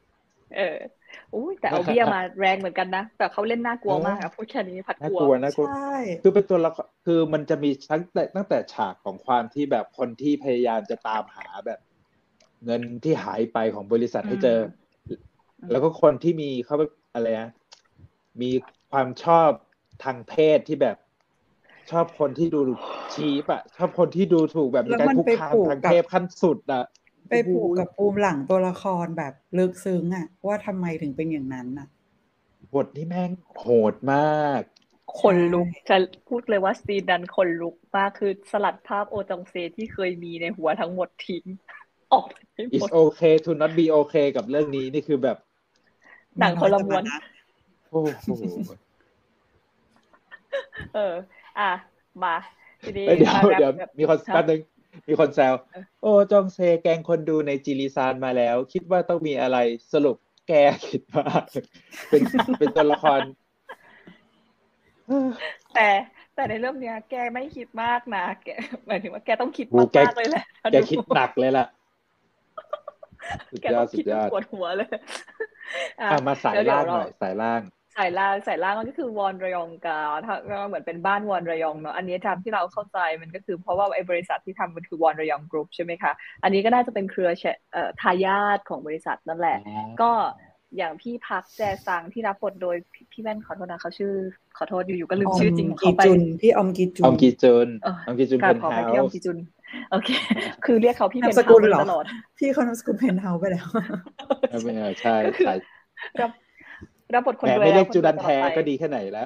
แต่เอาเบี้ยมาแรงเหมือนกันนะแต่เขาเล่นน่ากลัวมากพูดแค่นี้พัดกลัวใช่คือเป็นตัวละครคือมันจะมีตั้งแต่ฉากของความที่แบบคนที่พยายามจะตามหาแบบเงินที่หายไปของบริษัทให้เจอแล้วก็คนที่มีเขาอะไรนะมีความชอบทางเพศที่แบบชอบคนที่ดูชีพอ่ะชอบคนที่ดูถูกแบบมีการคุกคามทางเพศขั้นสุดอ่ะไปผูกกับภูมิหลังตัวละครแบบลึกซึ้งอ่ะว่าทำไมถึงเป็นอย่างนั้นอ่ะบทนี่แม่งโหดมากคนลุกจะพูดเลยว่าซีนนั้นคนลุกมากคือสลัดภาพโอจองเซที่เคยมีในหัวทั้งหมดทิ้งออกไปหมด It's okay to not be okay กับเรื่องนี้นี่คือแบบหนังคนละม้วนโอ้โหมาทีนี้เดี๋ยวมีคนแป๊บนึงมีคนแซวโอ้จองเซแกงคนดูในจิริซานมาแล้วคิดว่าต้องมีอะไรสรุปแกคิดว่าเป็นตัวละครแต่ในเรื่องเนี้ยแกไม่คิดมากนะแกหมายถึงว่าแกต้องคิดมากเลยแหละแกคิดหนักเลยล่ะแกต้องคิดปวดหัวเลยมาสายล่างหน่อยสายล่างก็คือวอนระยองกาก็เหมือนเป็นบ้านวอนระยองเนาะอันนี้ตามที่เราเข้าใจมันก็คือเพราะว่าไอ้บริษัทที่ทำมันคือวอนระยองกรุ๊ปใช่ไหมคะอันนี้ก็น่าจะเป็นเครือทายาทของบริษัทนั่นแหละก็อย่างพี่พักแจซังที่รับบทโดยพี่แว่นขอโทษนะเขาชื่อขอโทษอยู่ๆก็ลืมชื่อจริงเขาไปพี่ออมกิจุนเป็นเฮาส์พี่ออมกิจุนโอเคคือเรียกเขาพี่เพนเฮาส์ตลอดพี่เขานามสกุลเพนเฮาส์ไปแล้วใช่รับบทคนรวยไม่เรียกจุดันแท้ก็ดีแค่ไหนแล้ว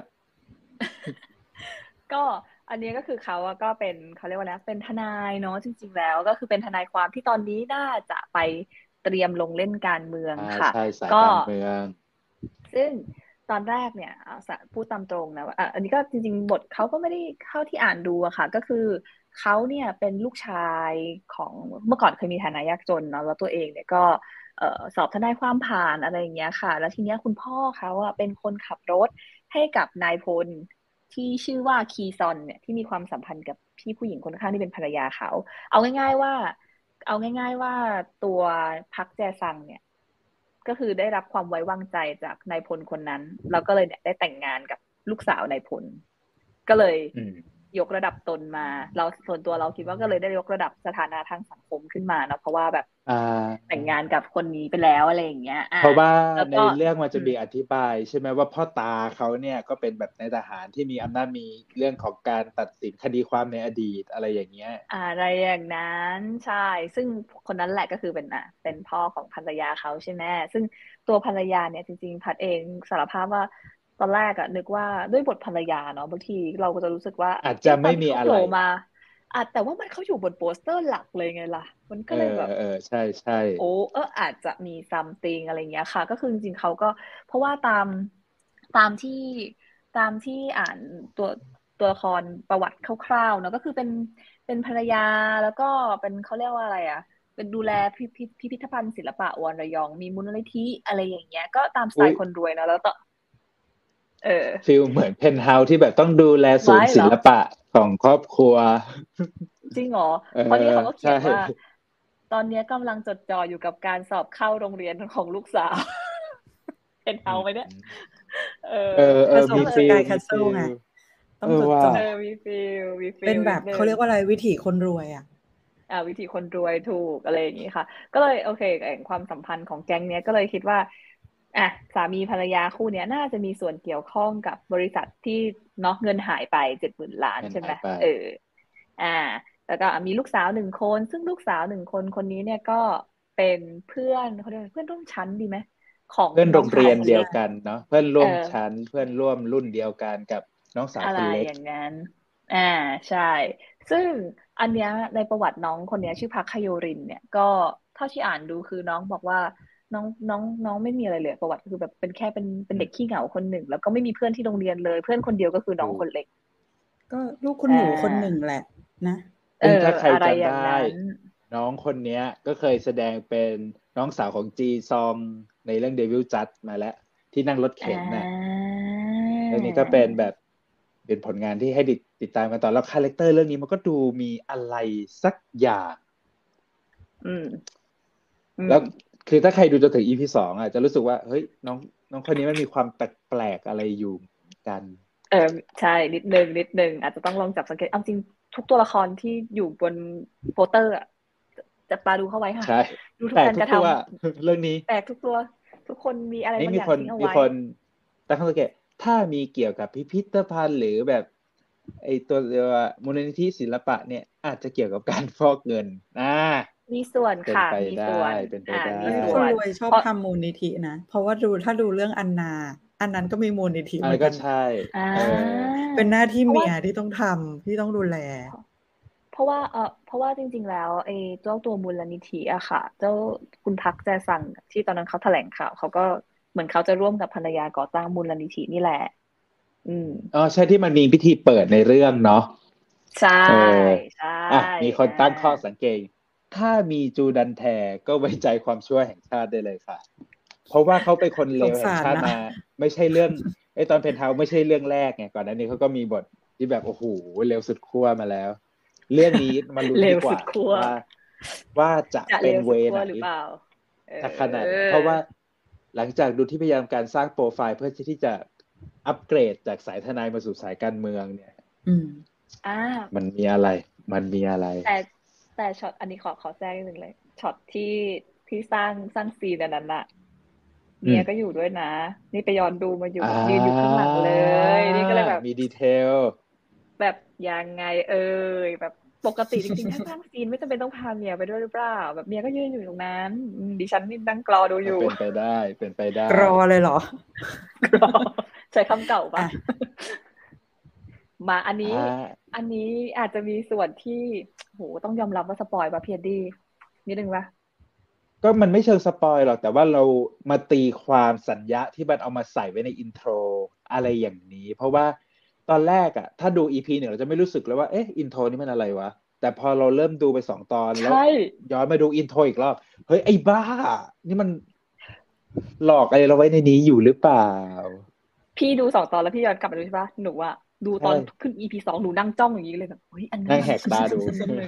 ก็อันนี้ก็คือเขาก็เป็นเขาเรียกว่าเป็นทนายเนาะจริงๆแล้วก็คือเป็นทนายความที่ตอนนี้น่าจะไปเตรียมลงเล่นการเมืองค่ะก็ซึ่งตอนแรกเนี่ยพูดตามตรงนะว่าอันนี้ก็จริงๆบทเขาก็ไม่ได้เข้าที่อ่านดูอะค่ะก็คือเขาเนี่ยเป็นลูกชายของเมื่อก่อนเคยมีฐานะยากจนเนาะแล้วตัวเองเนี่ยก็สอบทนายความผ่านอะไรอย่างเงี้ยค่ะแล้วทีเนี้ยคุณพ่อเขาอะเป็นคนขับรถให้กับนายพลที่ชื่อว่าคีซอนเนี่ยที่มีความสัมพันธ์กับพี่ผู้หญิงคนข้างที่เป็นภรรยาเขาเอาง่ายๆว่าตัวพักแจซังเนี่ยก็คือได้รับความไว้วางใจจากนายพลคนนั้นแล้วก็เลยเนี่ยได้แต่งงานกับลูกสาวนายพลก็เลยยกระดับตนมาเราส่วนตัวเราคิดว่าก็เลยได้ยกระดับสถานะทางสังคมขึ้นมาเนาะเพราะว่าแบบแต่งงานกับคนนี้ไปแล้วอะไรอย่างเงี้ยเพราะว่าในเรื่องมันจะมีอธิบายใช่ไหมว่าพ่อตาเขาเนี่ยก็เป็นแบบในทหารที่มีอำนาจมีเรื่องของการตัดสินคดีความในอดีตอะไรอย่างเงี้ยอะไรอย่างนั้นใช่ซึ่งคนนั้นแหละก็คือเป็นพ่อของภรรยาเขาใช่ไหมซึ่งตัวภรรยาเนี่ยจริงๆพัดเองสารภาพว่าตอนแรกนึกว่าด้วยบทภรรยาเนาะบางทีเราก็จะรู้สึกว่าอาจจะไม่มีอะไรมาแต่ว่ามันเขาอยู่บนโปสเตอร์หลักเลยไงล่ะมันก็เลยแบบใช่ใช่โอ้อาจจะมีซัมติงอะไรเงี้ยค่ะก็คือจริงๆเขาก็เพราะว่าตามที่อ่านตัวละครประวัติคร่าวๆเนาะก็คือเป็นภรรยาแล้วก็เป็นเขาเรียกว่าอะไรเป็นดูแลพิพิธภัณฑ์ศิลปะวอนระยองมีมูลนิธิอะไรอย่างเงี้ยก็ตามสไตล์คนรวยนะแล้วต่อฟีลเหมือนเพนท์เฮาส์ที่แบบต้องดูแลศูนย์ศิลปะของครอบครัวจริงเหรอเพราะนี้เขาก็เขียนว่าตอนนี้กำลังจดจ่ออยู่กับการสอบเข้าโรงเรียนของลูกสาวเพนท์เฮาส์ไหมเนี่ยมีฟีลไงต้องจดจ่อมีฟีลเป็นแบบเขาเรียกว่าอะไรวิถีคนรวยวิธีคนรวยถูกอะไรอย่างนี้ค่ะก็เลยโอเคความสัมพันธ์ของแก๊งเนี้ยก็เลยคิดว่าสามีภรรยาคู่เนี้ยน่าจะมีส่วนเกี่ยวข้องกับบริษัทที่เนาะเงินหายไป70,000 ล้านใช่ไหมแล้วก็มีลูกสาว1 คนซึ่งลูกสาว1 คนคนนี้เนี่ยก็เป็นเพื่อนเขาเรียกเพื่อนร่วมชั้นดีไหมของเพื่อนโรงเรียนเดียวกันเนาะเพื่อนร่วมชั้นเพื่อนร่วมรุ่นเดียวกันกับน้องสาวคนเล็กอย่างนั้นใช่ซึ่งอันเนี้ยในประวัติน้องคนนี้ชื่อพักคโยรินเนี่ยก็เท่าที่อ่านดูคือน้องบอกว่าน้องไม่มีอะไรเลยประวัติคือแบบเป็นแค่เป็นเด็กขี้เหงาคนหนึ่งแล้วก็ไม่มีเพื่อนที่โรงเรียนเลยเพื่อนคนเดียวก็คือน้องคนเล็กก็ลูกคุณหนูคนหนึ่งแหละนะถ้าใครจำได้น้องคนนี้ก็เคยแสดงเป็นน้องสาวของจีซองในเรื่อง Devil Judge มาแล้วที่นั่งรถเข็นน่ะเรื่องนี้ก็เป็นผลงานที่ให้ติดตามกันต่อแล้วคาแรคเตอร์เรื่องนี้มันก็ดูมีอะไรสักอย่างแล้วคือถ้าใครดูจนถึง EP 2จะรู้สึกว่าเฮ้ยน้องคนนี้มันมีความแปลกๆอะไรอยู่กันใช่นิดนึงอาจจะต้องลองจับสังเกตเอาจริงทุกตัวละครที่อยู่บนโปสเตอร์จะปาดูเข้าไว้ค่ะใช่ดูทุกการกระทำเรื่องนี้แปลกทุกตัวทุกคนมีอะไรบางอย่างทิ้งเอาไว้มีคนตั้งข้อสังเกตถ้ามีเกี่ยวกับพิพิธภัณฑ์หรือแบบไอตัวมูลนิธิศิลปะเนี่ยอาจจะเกี่ยวกับการฟอกเงินมีส่วนค่ะมีส่วนเป็นไปได้คนรวยชอบทำมูลนิธินะเพราะว่าถ้าดูเรื่องอันนั้นก็มีมูลนิธิเหมือนกันก็ใช่เป็นหน้าที่เมียที่ต้องทำที่ต้องดูแลเพราะว่าจริงๆแล้วไอ้เจ้าตัวมูลนิธิอะค่ะเจ้าคุณพักแจสังที่ตอนนั้นเขาแถลงข่าวเขาก็เหมือนเขาจะร่วมกับภรรยาก่อตั้งมูลนิธินี่แหละใช่ที่มันมีพิธีเปิดในเรื่องเนาะใช่ใช่มีคนตั้งข้อสังเกตถ้ามีจูดันแทก็ไว้ใจความชั่วแห่งชาติได้เลยค่ะเพราะว่าเขาเป็นคนเลวแห่งชาติมาไม่ใช่เรื่องตอนเพนท์เฮาส์ไม่ใช่เรื่องแรกไงก่อนหน้านี้เขาก็มีบทที่แบบโอ้โหเลวสุดขั้วมาแล้วเรื่องนี้มันลุ้นดีกว่าว่าจะเป็นเวไหนจะขนาดเพราะว่าหลังจากดูที่พยายามการสร้างโปรไฟล์เพื่อที่จะอัปเกรดจากสายทนายมาสู่สายการเมืองเนี่ยมันมีอะไรแต่ช็อตอันนี้ขอแทรกนิดนึงเลยช็อตที่สร้างซีนนั้นน่ะเมียก็อยู่ด้วยนะนี่ไปย้อนดูมาอยู่ยืนอยู่ข้างหลังเลยนี่ก็เลยแบบมีดีเทลแบบยังไงแบบปกติจริงๆถ้าสร้างซีนไม่จำเป็นต้องพาเมียไปด้วยหรือเปล่าแบบเมียก็ยืนอยู่ตรงนั้นดิฉันนี่นั่งกรอดูอยู่เป็นไปได้กรอเลยเหรอกรอใช้คำเก่าป่ะมาอันนี้อาจจะมีส่วนที่โหต้องยอมรับว่าสปอยป่ะเพียดดี้นิดนึงป่ะก็มันไม่เชิงสปอยหรอกแต่ว่าเรามาตีความสัญญาที่มันเอามาใส่ไว้ในอินโทรอะไรอย่างนี้เพราะว่าตอนแรกถ้าดู EP 1เราจะไม่รู้สึกเลยว่าอินโทรนี่มันอะไรวะแต่พอเราเริ่มดูไป2 ตอนแล้วย้อนมาดูอินโทรอีกรอบเฮ้ยไอ้บ้านี่มันหลอกอะไรเราไว้ในนี้อยู่หรือเปล่าพี่ดู2 ตอนแล้วพี่ย้อนกลับมาดูใช่ปะหนูดูตอนขึ้น EP 2หนูนั่งจ้องอย่างนี้เลยแบบเฮ้ยอันนี้นั่งแหกตาดู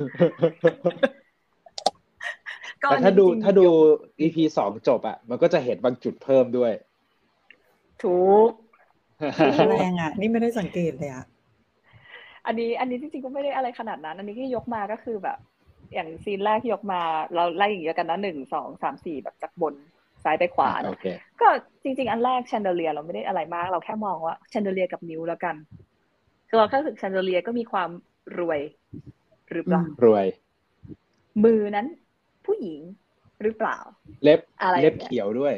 แต่ถ้าดู EP 2จบมันก็จะเห็นบางจุดเพิ่มด้วยถูกแรงนี่ไม่ได้สังเกตเลยอันนี้จริงๆก็ไม่ได้อะไรขนาดนั้นอันนี้ที่ยกมาก็คือแบบอย่างซีนแรกที่ยกมาเราไล่อย่างเงี้ยกันนะ1 2 3 4แบบจากบนซ้ายไปขวาก็จริงๆอันแรกแชนเดอเลียเราไม่ได้อะไรมากเราแค่มองว่าแชนเดอเลียกับนิ้วแล้วกันคือเราแค่รู้สึกแชนเดอเลียก็มีความรวยหรือเปล่ารวยมือนั้นผู้หญิงหรือเปล่าเล็บเขียวด้วย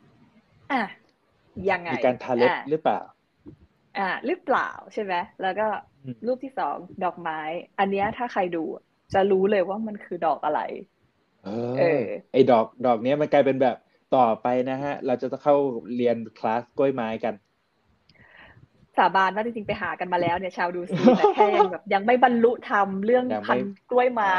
ยังไงมีการทาเล็บหรือเปล่าหรือเปล่าใช่ไหมแล้วก็รูปที่2ดอกไม้อันเนี้ยถ้าใครดูจะรู้เลยว่ามันคือดอกอะไรไอ้ดอกเนี้ยมันกลายเป็นแบบต่อไปนะฮะเราจะเข้าเรียนคลาสกล้วยไม้กันสาบานว่าจริงๆไปหากันมาแล้วเนี่ยชาวดูซีแต่แค่ยังไม่บรรลุธรรมเรื่องพันกล้วยไม้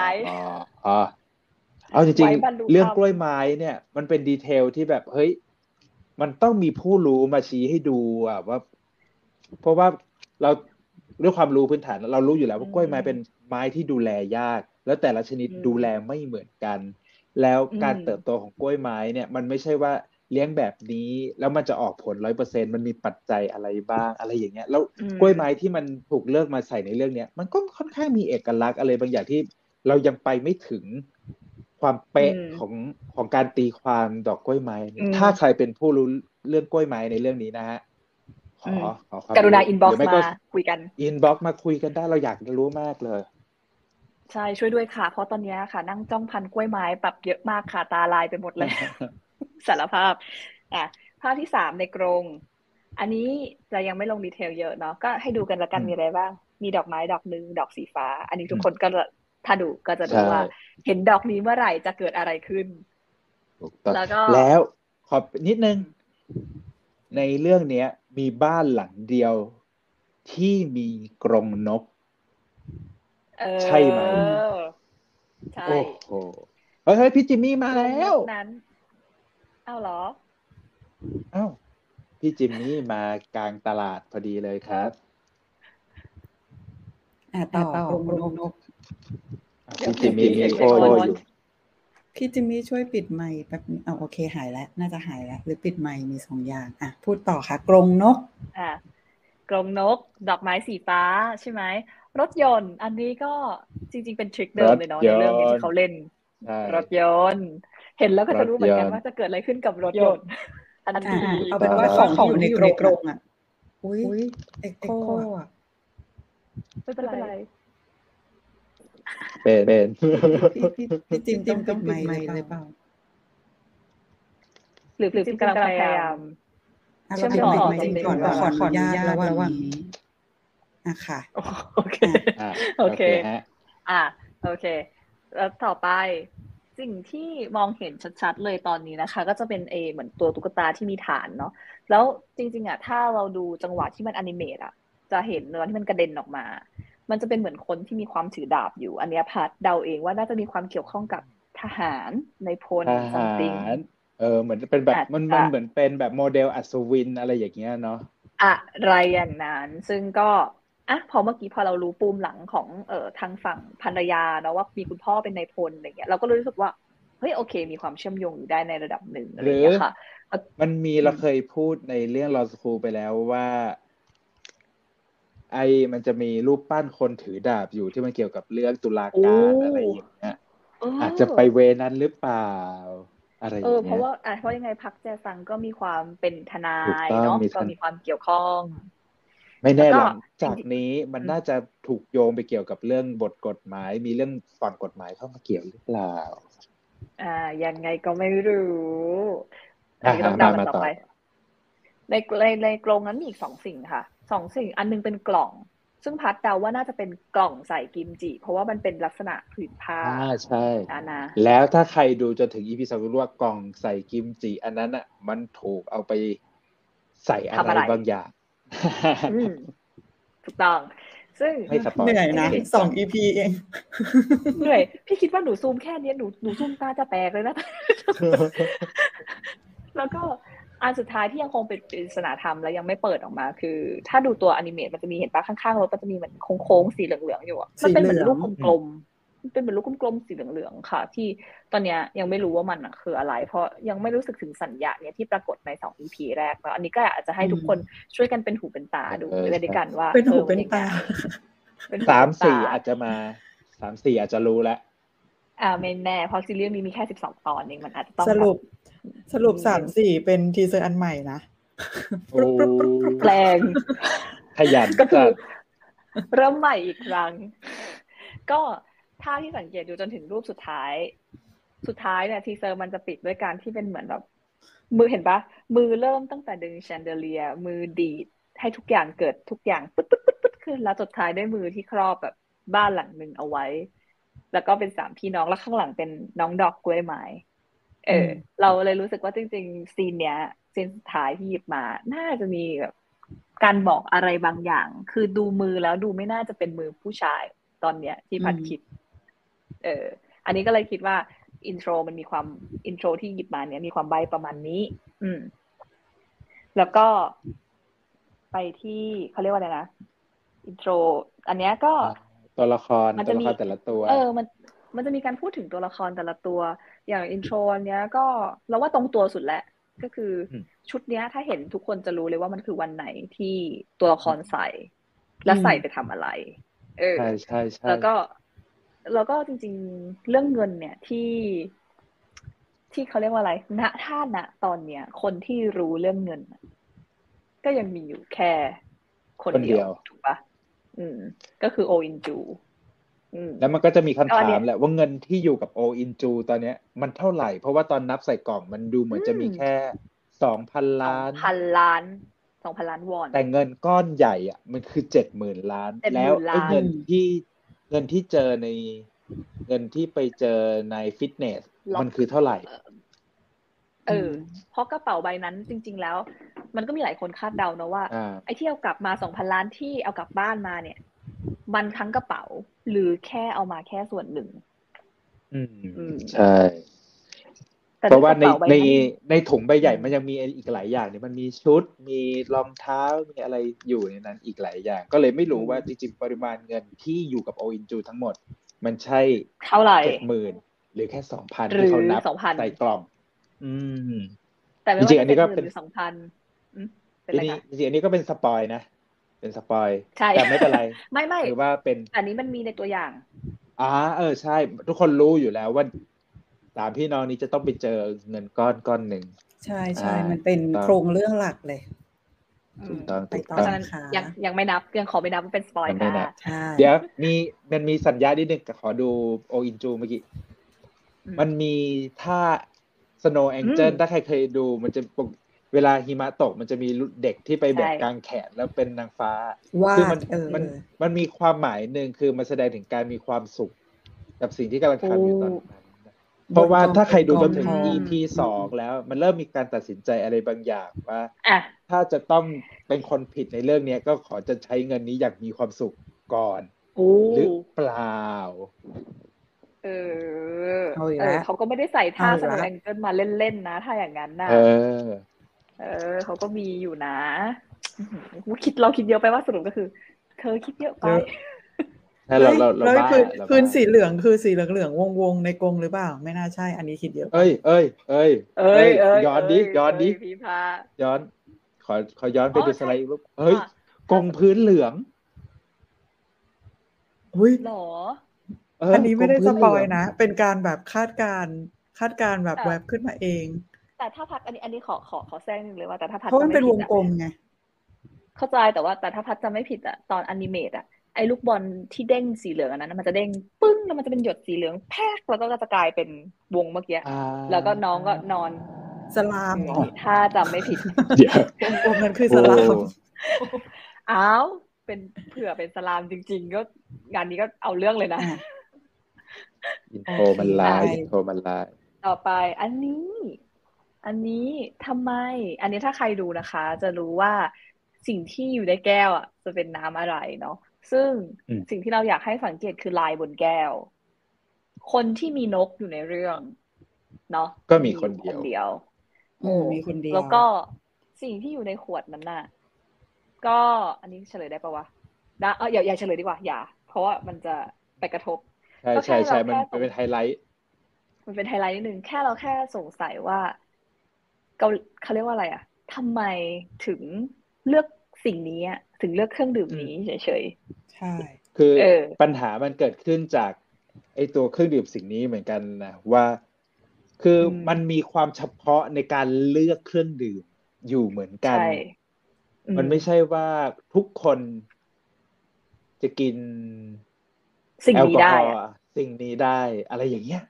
เอาจริงๆเรื่องกล้วยไม้เนี่ยมันเป็นดีเทลที่แบบเฮ้ยมันต้องมีผู้รู้มาชี้ให้ดูว่าเพราะว่าเราด้วยความรู้พื้นฐานเรารู้อยู่แล้วว่ากล้วยไม้เป็นไม้ที่ดูแลยากแล้วแต่ละชนิดดูแลไม่เหมือนกันแล้วการเติบโตของกล้วยไม้เนี่ยมันไม่ใช่ว่าเลี้ยงแบบนี้แล้วมันจะออกผล 100% มันมีปัจจัยอะไรบ้างอะไรอย่างเงี้ยแล้วกล้วยไม้ที่มันถูกเลือกมาใส่ในเรื่องนี้มันก็ค่อนข้างมีเอกลักษณ์อะไรบางอย่างที่เรายังไปไม่ถึงความเป๊ะของการตีความดอกกล้วยไม้ถ้าใครเป็นผู้รู้เรื่องกล้วยไม้ในเรื่องนี้นะฮะขอกรุณาอินบ็อกซ์มาคุยกันอินบ็อกซ์มาคุยกันได้เราอยากรู้มากเลยใช่ช่วยด้วยค่ะเพราะตอนนี้ค่ะนั่งจ้องพันกล้วยไม้แบบเยอะมากค่ะตาลายไปหมดเลย สารภาพภาพที่3ในกรงอันนี้จะยังไม่ลงดีเทลเยอะเนาะก็ให้ดูกันละกันมีอะไรบ้างมีดอกไม้ดอกนึงดอกสีฟ้าอันนี้ทุกคนก็ถ้าดูก็จะรู้ว่าเห็นดอกนี้เมื่อไหร่จะเกิดอะไรขึ้นแล้วขอนิดนึงในเรื่องนี้มีบ้านหลังเดียวที่มีกรงนกใช่ไหมใช่โอ้โหเฮ้ยพี่จิมมี่มาแล้วนั้นอ้าวเหรออ้าวพี่จิมมี่มากลางตลาดพอดีเลยครับต่อกรงนกพี่จิมมี่มีโคอยู่พี่จิมมี่ช่วยปิดไมค์แบบโอเคหายแล้วน่าจะหายแล้วหรือปิดไมค์มี2อย่างพูดต่อค่ะกรงนกกรงนกดอกไม้สีฟ้าใช่ไหมรถยนต์อันนี้ก็จริงๆเป็นทริคเดิมเลยเนาะในเรื่องนี้ที่เขาเล่นรถยนต์เห็นแล้วก็จะรู้เหมือนกันว่าจะเกิดอะไรขึ้นกับรถยนต์อันนี้เอาเป็นว่าของอยู่ในกรงอุ้ยเอ็กโคไม่เป็นไรเป็นพี่จิมต้องปิดไมค์เลยเปล่าหรือพี่จิมกำลังพยายามเชื่อมต่อจริงก่อนขออนุญาตระหว่างนี้ค่ะโอเคโอเคโอเคแล้วต่อไปสิ่งที่มองเห็นชัดๆเลยตอนนี้นะคะก็จะเป็นเหมือนตัวตุ๊กตาที่มีฐานเนาะแล้วจริงๆถ้าเราดูจังหวะที่มันอนิเมตจะเห็นเนื้อที่มันกระเด็นออกมามันจะเป็นเหมือนคนที่มีความถือดาบอยู่อันนี้พัดเดาเองว่าน่าจะมีความเกี่ยวข้องกับทหารในพล something เหมือนเป็นแบบมันเหมือนเป็นแบบโมเดลอัศวินอะไรอย่างเงี้ยเนาะอะไรอย่างนั้นซึ่งก็พอเมื่อกี้พอเรารู้ปูมหลังของทางฝั่งภรรยาเนาะว่ามีคุณพ่อเป็นนายพลอะไรเงี้ยเราก็รู้สึกว่าเฮ้ยโอเคมีความเชื่อมโยงอยู่ได้ในระดับหนึ่งอะไรอย่างเงี้ยค่ะมันมีเราเคยพูดในเรื่อง Law School ไปแล้วว่ามันจะมีรูปปั้นคนถือดาบอยู่ที่มันเกี่ยวกับเรื่องตุลาการอะไรอย่างเงี้ยอาจจะไปเวนั้นหรือเปล่าอะไรอย่างเงี้ยเพราะว่ายังไงพักแจซังก็มีความเป็นทนายเนาะก็มีความเกี่ยวข้องไม่แน่หลังจากนี้มันน่าจะถูกโยงไปเกี่ยวกับเรื่องบทกฎหมายมีเรื่องฝั่งกฎหมายเข้ามาเกี่ยวหรือเปล่ายังไงก็ไม่รู้อันนี้ก็ต้องเดากันต่อไปในกรงนั้นมีอีก2 สิ่งค่ะ2 สิ่งอันนึงเป็นกล่องซึ่งพัดเดาว่าน่าจะเป็นกล่องใส่กิมจิเพราะว่ามันเป็นลักษณะผืนผ้าใช่แล้วถ้าใครดูจนถึง EP 2รู้ว่ากล่องใส่กิมจิอันนั้นมันถูกเอาไปใส่อะไรบางอย่างถูกต้องซึ่งเหนื่อยนะ2 EP เองเหนื่อยพี่คิดว่าหนูซูมแค่นี้หนูซูมตาจะแตกเลยนะแล้วก็อันสุดท้ายที่ยังคงเป็นปริศนาธรรมและยังไม่เปิดออกมาคือถ้าดูตัวอนิเมตมันจะมีเห็นปะข้างๆรถมันจะมีเหมือนโค้งๆสีเหลืองๆอยู่มันเป็นเหมือนลูกกลมๆเป็นเหมือนลูกกลมๆสีเหลืองๆค่ะที่ตอนนี้ยังไม่รู้ว่ามันคืออะไรเพราะยังไม่รู้สึกถึงสัญญาเนี่ยที่ปรากฏใน2 EP แรกแล้วอันนี้ก็อาจจะให้ทุกคนช่วยกันเป็นหูเป็นตาดูด้วยกันว่าเป็นหูเป็นตา 3-4อาจจะมา3-4อาจจะรู้แล้วไม่แน่เพราะซีรีส์มีแค่12 ตอนเองมันอาจจะต้องสรุป3-4เป็นทีเซอร์อันใหม่นะแปลงขยันก็คือเริ่มใหม่อีกครั้งก็ถ้าที่สังเกตดูจนถึงรูปสุดท้ายเนี่ยทีเซอร์มันจะปิดด้วยการที่เป็นเหมือนแบบมือเห็นปะมือเริ่มตั้งแต่ดึงแชนเดเลียมือดีดให้ทุกอย่างเกิดทุกอย่างปึ๊ดขึ้นแล้วสุดท้ายด้วยมือที่ครอบแบบบ้านหลังนึงเอาไว้แล้วก็เป็น3 พี่น้องแล้วข้างหลังเป็นน้องดอกกล้วยไม้เราเลยรู้สึกว่าจริงๆซีนเนี้ยซีนสุดท้ายที่หยิบมาน่าจะมีแบบการบอกอะไรบางอย่างคือดูมือแล้วดูไม่น่าจะเป็นมือผู้ชายตอนเนี้ยที่พัดคิดอันนี้ก็เลยคิดว่าอินโทรมันมีความอินโทรที่หยิบมาเนี้ยมีความใบประมาณนี้แล้วก็ไปที่เขาเรียกว่าอะไรนะอินโทรอันเนี้ยก็ตัวละครแต่ละตัวมันจะมีการพูดถึงตัวละครแต่ละตัวอย่างอินโทรเนี้ยก็เราว่าตรงตัวสุดแหละก็คือชุดเนี้ยถ้าเห็นทุกคนจะรู้เลยว่ามันคือวันไหนที่ตัวละครใส่และใส่ไปทำอะไรใช่แล้วก็จริงๆเรื่องเงินเนี่ยที่เขาเรียกว่าอะไรถ้าตอนเนี้ยคนที่รู้เรื่องเงินก็ยังมีอยู่แค่คนเดียวถูกปะก็คือโออินจูแล้วมันก็จะมีคำถามแหละว่าเงินที่อยู่กับโออินจูตอนเนี้ยมันเท่าไหร่เพราะว่าตอนนับใส่กล่องมันดูเหมือนจะมีแค่ 2,000 ล้าน 2,000 ล้านวอนแต่เงินก้อนใหญ่มันคือ 70,000 ล้านแล้วไอ้เงินที่เจอในเงินที่ไปเจอในฟิตเนสมันคือเท่าไหร่เพราะกระเป๋าใบนั้นจริงๆแล้วมันก็มีหลายคนคาดเดานะว่าไอ้ที่เอากลับมา 2,000 ล้านที่เอากลับบ้านมาเนี่ยมันทั้งกระเป๋าหรือแค่เอามาแค่ส่วนหนึ่งใช่เพราะว่าในถุงใบใหญ่มันยังมีอีกหลายอย่างเนี่ยมันมีชุดมีรองเท้ามีอะไรอยู่ในนั้นอีกหลายอย่างก็เลยไม่รู้ว่าจริงๆปริมาณเงินที่อยู่กับโออินจูทั้งหมดมันใช่เท่าไหร่ 70,000 หรือแค่ 2,000 ที่เขานับใส่กล่องแต่ไม่ว่าจะเป็นหรือ 2,000 เป็นอะไรคะจริงๆอันนี้ก็เป็นสปอยนะเป็นสปอยแต่ไม่เป็นไรไม่หรือว่าเป็นอันนี้มันมีในตัวอย่างใช่ทุกคนรู้อยู่แล้วว่า3 พี่น้องนี้จะต้องไปเจอเงินก้อนหนึ่งใช่มันเป็นโครงเรื่องหลักเลยถูกต้องไปถูกต่อเพราะฉะนั้นค่ะยังไม่นับยังขอไม่นับว่าเป็นสปอยยังไม่ค่ะนับใช่เดี๋ยวมันมีสัญญาณนิดนึงขอดูโออินจูเมื่อกี้ มันมีท่า Snow Angel ถ้าใครเคยดูมันจะเวลาหิมะตกมันจะมีเด็กที่ไปแบกกางแขนแล้วเป็นนางฟ้าวาคือดมันมีความหมายหนึ่งคือมันแสดงถึงการมีความสุขกับสิ่งที่กำลังทำอยู่ตอนนั้นเพราะว่าถ้าใครดูจนถึง EP 2แล้วมันเริ่มมีการตัดสินใจอะไรบางอย่างว่าถ้าจะต้องเป็นคนผิดในเรื่องนี้ก็ขอจะใช้เงินนี้อย่างมีความสุขก่อนหรือเปล่าเขาก็ไม่ได้ใส่ท่าสโนว์แองเจิลมาเล่นๆนะถ้าอย่างนั้นน่ะเขาก็มีอยู่นะเราคิดเยอะไปว่าสรุปก็คือเธอคิดเยอะไปเราคืนสีเหลืองคือสีเหลืองวงในกรงหรือเปล่าไม่น่าใช่อันนี้คิดเยอะเอ้ยย้อนดิพี่พาย้อนขอย้อนไปดูสไลด์อีกรูปเฮ้ยกรงพื้นเหลืองหรออันนี้ไม่ได้สปอยนะเป็นการแบบคาดการแบบแวบขึ้นมาเองแต่ถ้าพัดอันนี้ขอแทรกนึงเลยว่าแต่ถ้าพัดเพราะมันเป็นวงกลมไงเข้าใจแต่ว่าแต่ถ้าพัดจะไม่ผิดอ่ะตอนอนิเมตอ่ะไอ้ลูกบอลที่เด้งสีเหลืองอันนั้นมันจะเด้งปึ้งแล้วมันจะเป็นหยดสีเหลืองแพกแล้วก็จะกลายเป็นวงเมื่อกี้แล้วก็น้องก็นอนสลามถ้าจำไม่ผิดวงกลมนั้นคือสลามอ้าวเป็นเผื่อเป็นสลามจริงๆก็งานนี้ก็เอาเรื่องเลยนะอินโทรมันลายต่อไปอันนี้ทำไมอันนี้ถ้าใครดูนะคะจะรู้ว่าสิ่งที่อยู่ในแก้วอ่ะจะเป็นน้ำอะไรเนาะซึ่งสิ่งที่เราอยากให้สังเกตคือลายบนแก้วคนที่มีนกอยู่ในเรื่องเนาะก็มีคนเดียวมีคนเดียวแล้วก็สิ่งที่อยู่ในขวดนั้นน่ะก็อันนี้เฉลยได้ปะวะอย่าเฉลยดีกว่าอย่าเพราะว่ามันจะไปกระทบใช่มันเป็นไฮไลท์นิดนึงเราแค่สงสัยว่าเขาเรียกว่าอะไรอ่ะทำไมถึงเลือกสิ่งนี้ถึงเลือกเครื่องดื่มนี้เฉยๆใช่คือปัญหามันเกิดขึ้นจากไอตัวเครื่องดื่มสิ่งนี้เหมือนกันนะว่าคือมันมีความเฉพาะในการเลือกเครื่องดื่มอยู่เหมือนกันมันไม่ใช่ว่าทุกคนจะกินสิ่งนี้ได้สิ่งนี้ได้อะไรอย่างเงี้ย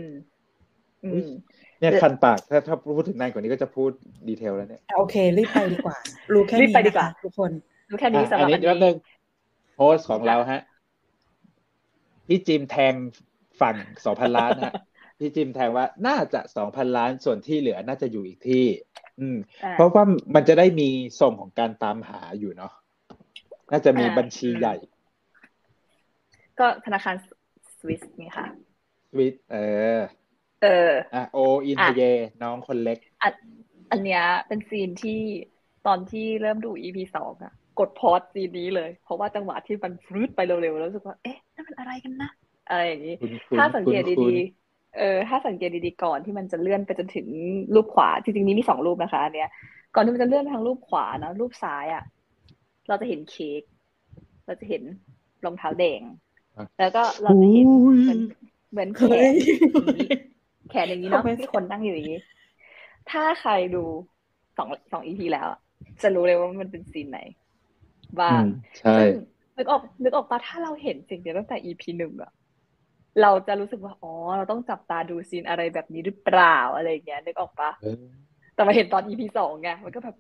เนี่ยคันปากถ้าพูดถึงนานกว่านี้ก็จะพูดดีเทลแล้วเนี่ยโอเครีบไปดีกว่ารู้แค่นี้นะคะทุกคนรู้แค่นี้สำหรับอันนี้แป๊บนึงโฮสต์ของเราฮะพี่จิมแทงฝั่ง 2,000 ล้านฮะพี่จิมแทงว่าน่าจะ 2,000 ล้านส่วนที่เหลือน่าจะอยู่อีกที่เพราะว่ามันจะได้มีส่งของการตามหาอยู่เนาะน่าจะมีบัญชีใหญ่ก็ธนาคารสวิสนี่ค่ะสวิสโออินเทเยน้องคนเล็กอันเนี้ยเป็นซีนที่ตอนที่เริ่มดู EP 2อ่ะกดพอสซีนนี้เลยเพราะว่าจังหวะที่มันฟรึดไปเร็วๆแล้วรู้สึกว่าเอ๊ะนั่นมันอะไรกันนะอะไรอย่างนี้ถ้าสังเกตดีๆถ้าสังเกตดีๆก่อนที่มันจะเลื่อนไปจนถึงรูปขวาจริงๆนี้มี2รูปนะคะอันเนี้ยก่อนที่มันจะเลื่อนไปทางรูปขวานะรูปซ้ายอ่ะเราจะเห็นเค้กเราจะเห็นรองเท้าแดงแล้วก็เราจะเห็นเหมือนแขนอย่างนี้เนาะที่คนนั่งอยู่อย่างนี้ถ้าใครดู2 EP แล้วจะรู้เลยว่ามันเป็นซีนไหนบ้างซึ่งนึกออกปะถ้าเราเห็นสิ่งเดียวตั้งแต่ EP 1อ่ะเราจะรู้สึกว่าอ๋อเราต้องจับตาดูซีนอะไรแบบนี้หรือเปล่าอะไรอย่างเงี้ยนึกออกปะแต่มาเห็นตอน EP 2ไงมันก็แบบ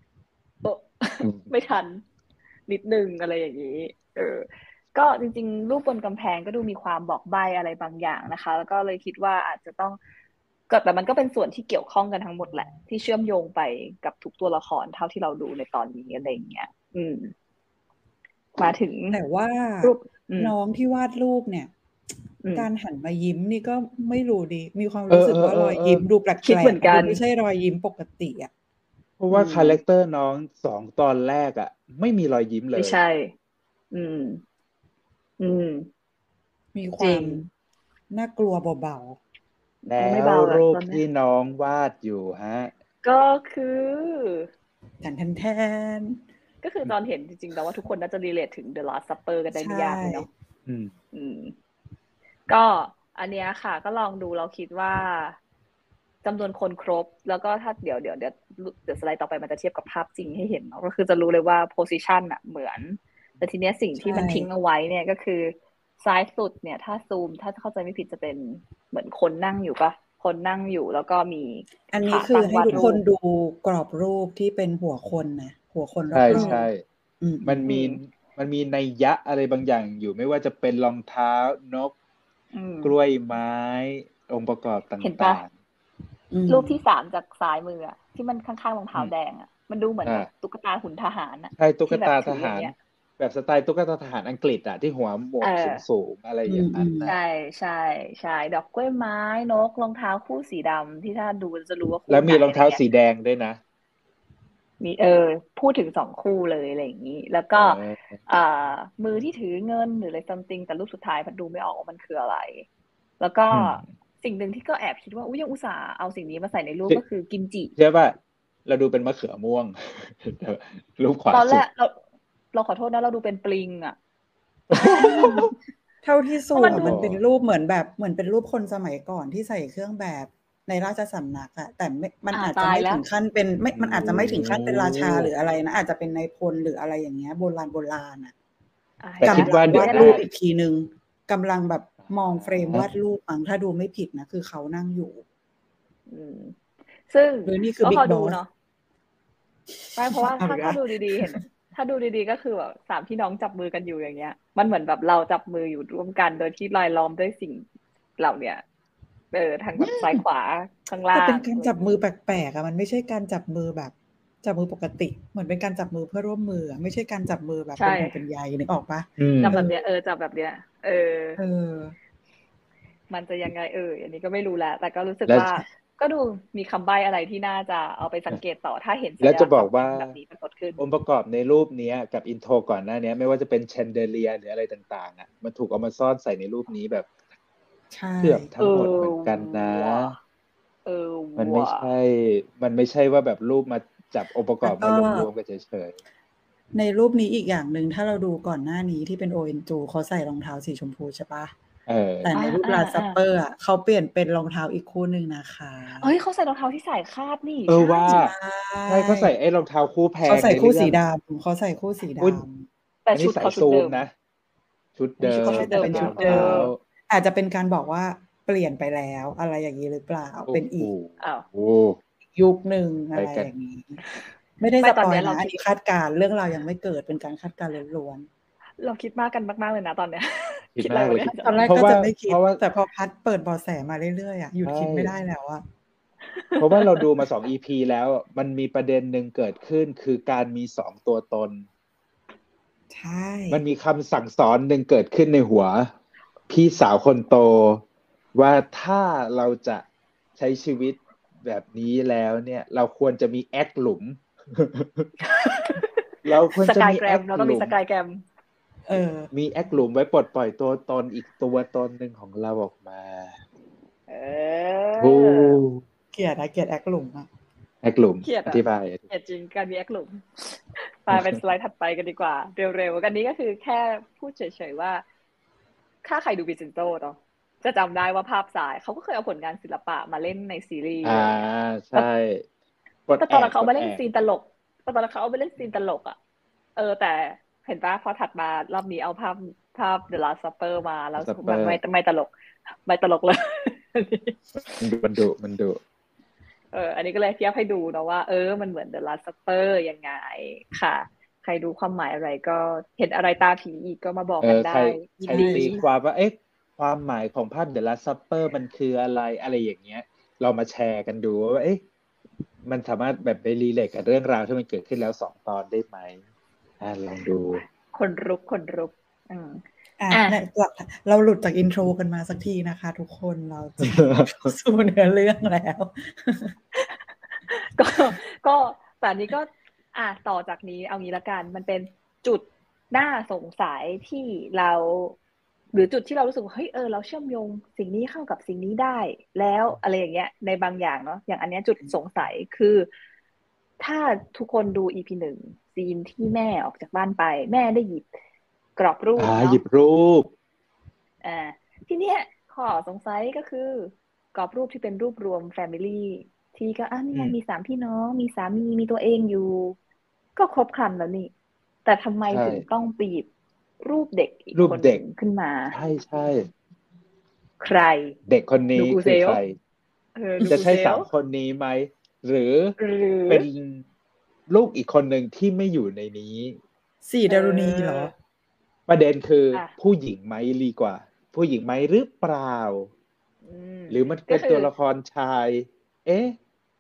ไม่ทันนิดนึงอะไรอย่างนี้ก็จริงๆรูปบนกำแพงก็ดูมีความบอกใบ้อะไรบางอย่างนะคะแล้วก็เลยคิดว่าอาจจะต้องแต่มันก็เป็นส่วนที่เกี่ยวข้องกันทั้งหมดแหละที่เชื่อมโยงไปกับทุกตัวละครเท่าที่เราดูในตอนนี้อะไรอย่างเงี้ยมาถึงแต่ว่าน้องที่วาดรูปเนี่ยการหันมายิ้มนี่ก็ไม่รู้ดิมีความรู้สึกว่ารอยยิ้มดูแปลกๆเหมือนกันไม่ใช่รอยยิ้มปกติอ่ะเพราะว่าคาแรคเตอร์น้อง2ตอนแรกอ่ะไม่มีรอยยิ้มเลยไม่ใช่มีความน่ากลัวเบาๆแล้วรูปที่น้องวาดอยู่ฮะก็คือแทนก็คือตอนเห็นจริงๆแล้วว่าทุกคนน่าจะรีเลทถึง The Last Supper กันได้ไม่ยากเลยเนาะก็อันเนี้ยค่ะก็ลองดูเราคิดว่าจจำนวนคนครบแล้วก็ถ้าเดี๋ยวสไลด์ต่อไปมันจะเทียบกับภาพจริงให้เห็นเนาะก็คือจะรู้เลยว่า position อะเหมือนแต่ทีเนี้ยสิ่งที่มันทิ้งเอาไว้เนี่ยก็คือซ้ายสุดเนี่ยถ้าซูมถ้าเข้าใจไม่ผิดจะเป็นเหมือนคนนั่งอยู่ปะคนนั่งอยู่แล้วก็มีอันนี้คือให้ทุกคนดูกรอบรูปที่เป็นหัวคนนะหัวคนรอบๆใช่มันมีนัยยะอะไรบางอย่างอยู่ไม่ว่าจะเป็นรองเท้านกกล้วยไม้องค์ประกอบต่างๆรูปที่3จากซ้ายมือที่มันข้างๆรองเท้าแดงมันดูเหมือนตุ๊กตาหุ่นทหารใช่ตุ๊กตาทหารแบบสไตล์ตุ๊กตาทหารอังกฤษที่หัวหมวกสูงๆอะไรอย่างนั้นใช่ดอกกล้วยไม้นกรองเท้าคู่สีดำที่ถ้าดูจะรู้ว่าคู่แล้วมีรองเท้าสีแดงด้วยนะมีพูดถึง2คู่เลยอะไรอย่างนี้แล้วก็มือที่ถือเงินหรืออะไร something แต่รูปสุดท้ายมันดูไม่ออกว่ามันคืออะไรแล้วก็สิ่งหนึ่งที่ก็แอบคิดว่ายังอุตส่าห์เอาสิ่งนี้มาใส่ในรูปก็คือกิมจิใช่ป่ะเราดูเป็นมะเขือม่วงรูปขวาตอนแรกเราขอโทษนะเราดูเป็นปลิงเท่าที่สูงมันเป็นรูปเหมือนเป็นรูปคนสมัยก่อนที่ใส่เครื่องแบบในราชสำนักแต่มันอาจจะไม่ถึงขั้นเป็นมันอาจจะไม่ถึงขั้นเป็นราชาหรืออะไรนะอาจจะเป็นนายพลหรืออะไรอย่างเงี้ยโบราณแต่คิดว่าวาดรูปอีกทีนึงกำลังแบบมองเฟรมวาดรูปมั้งถ้าดูไม่ผิดนะคือเขานั่งอยู่ซึ่งนี่คือบิ๊กบอสเนาะไม่เพราะว่าถ้าดูดีๆเห็นถ้าดูดีๆก็คือแบบ3พี่น้องจับมือกันอยู่อย่างเงี้ยมันเหมือนแบบเราจับมืออยู่ร่วมกันโดยที่ลอยล้อมด้วยสิ่งเหล่าเนี้ยทางแบบซ้ายขวาข้างล่างแต่เป็นการจับมือแปลกๆมันไม่ใช่การจับมือแบบจับมือปกติเหมือนเป็นการจับมือเพื่อร่วมมือไม่ใช่การจับมือแบบเป็นห่วงเป็นใยนึกออกปะจับแบบเนี้ยจับแบบเนี้ยมันจะยังไงอันนี้ก็ไม่รู้แหละแต่ก็รู้สึกว่าก็ดูมีคำใบ้อะไรที่น่าจะเอาไปสังเกตต่อถ้าเห็นแล้วจะบอกว่าแบบนี้ปรากฏขึ้นองค์ประกอบในรูปนี้กับอินโทรก่อนหน้านี้ไม่ว่าจะเป็นแชนเดเลียหรืออะไรต่างๆมันถูกเอามาซ่อนใส่ในรูปนี้แบบเกือบทั้งหมดเหมือนกันนะมันไม่ใช่ว่าแบบรูปมาจับองค์ประกอบมารวมๆกันเฉยๆในรูปนี้อีกอย่างหนึ่งถ้าเราดูก่อนหน้านี้ที่เป็นโอเอ็นจูเขาใส่รองเท้าสีชมพูใช่ปะแต่ในรูปลาซัปเปอร์เขาเปลี่ยนเป็นรองเท้าอีกคู่หนึ่งนะคะเขาใส่รองเท้าที่ใส่คาดนี่ว่าใช่เขาใส่ไอ้รองเท้าคู่แพงเขาใส่คู่สีดำเขาใส่คู่สีดำแต่ชุดเขาชุดเดิมนะชุดเดิมเป็นชุดเดิมอาจจะเป็นการบอกว่าเปลี่ยนไปแล้วอะไรอย่างนี้หรือเปล่าเป็นอีกยุคหนึ่งอะไรอย่างนี้ไม่ได้สปอยล์นะอันนี้คาดการเรื่องราวยังไม่เกิดเป็นการคาดการล้วนเราคิดมากกันมากๆเลยนะตอนเนี้ยคิดมากเลยตอนแรกก็จะไม่คิดแต่พอพัดเปิดเบาะแสมาเรื่อยๆหยุดคิดไม่ได้แล้วเพราะว่าเราดูมา2 EP แล้วมันมีประเด็นหนึ่งเกิดขึ้นคือการมี2ตัวตนใช่มันมีคำสั่งสอนหนึ่งเกิดขึ้นในหัวพี่สาวคนโตว่าถ้าเราจะใช้ชีวิตแบบนี้แล้วเนี่ยเราควรจะมีแอคหลุมเราควรจะมีแอคเราต้องมีสกายแกรมมีแอคหลุมไว้ปลดปล่อยตัวตนอีกตัวตนหนึ่งของเราออกมาเกลียดแอคหลุมแอคหลุมอธิบายเกลียดจริงการมีแอคหลุมไปเป็นสไลด์ถัดไปกันดีกว่าเร็วๆกันนี้ก็คือแค่พูดเฉยๆว่าถ้าใครดูบิซินโตเนาะจะจำได้ว่าภาพซ้ายเขาก็เคยเอาผลงานศิลปะมาเล่นในซีรีส์ใช่แต่ตอนนั้นเขามาเล่นซีนตลกแต่เห็นป่ะพอถัดมารอบนี้เอาภาพ The Last Supper มาแล้วมันไม่ตลกเลยมันดุอันนี้ก็เลยเทียบให้ดูนะว่ามันเหมือน The Last Supper ยังไงค่ะใครดูความหมายอะไรก็เห็นอะไรตาผีอีกก็มาบอกกันได้ใครตีความว่าความหมายของภาพ The Last Supper มันคืออะไรอย่างเงี้ยเรามาแชร์กันดูว่ามันสามารถแบบไปรีเลทกับเรื่องราวที่มันเกิดขึ้นแล้ว2 ตอนได้ไหมลองดูคนรุกเราหลุดจากอินโทรกันมาสักทีนะคะทุกคนเราจะสู่เนื้อเรื่องแล้วก็แต่นี้ก็ต่อจากนี้เอางี้ละกันมันเป็นจุดน่าสงสัยที่เราหรือจุดที่เรารู้สึกว่าเฮ้ยเราเชื่อมโยงสิ่งนี้เข้ากับสิ่งนี้ได้แล้วอะไรอย่างเงี้ยในบางอย่างเนาะอย่างอันเนี้ยจุดสงสัยคือถ้าทุกคนดู EP 1ซีนที่แม่ออกจากบ้านไปแม่ได้หยิบกรอบรูปหยิบรูปทีเนี้ยข้อสงสัยก็คือกรอบรูปที่เป็นรูปรวมแฟมิลี่ที่ก็นี่ไงมี3พี่น้องมีสามีมีตัวเองอยู่ก็ครบครันแล้วนี่แต่ทำไมถึงต้องปีบรูปเด็กอีกคนหนึ่งขึ้นมาใช่ใครเด็กคนนี้คือใครจะใช่3คนนี้ไหมหรือเป็นลูกอีกคนหนึ่งที่ไม่อยู่ในนี้ 4 ดารุณีเหรอประเด็นคือผู้หญิงไหมดีกว่าผู้หญิงไหมหรือเปล่าหรือมันเป็นตัวละครชายเอ๊ะ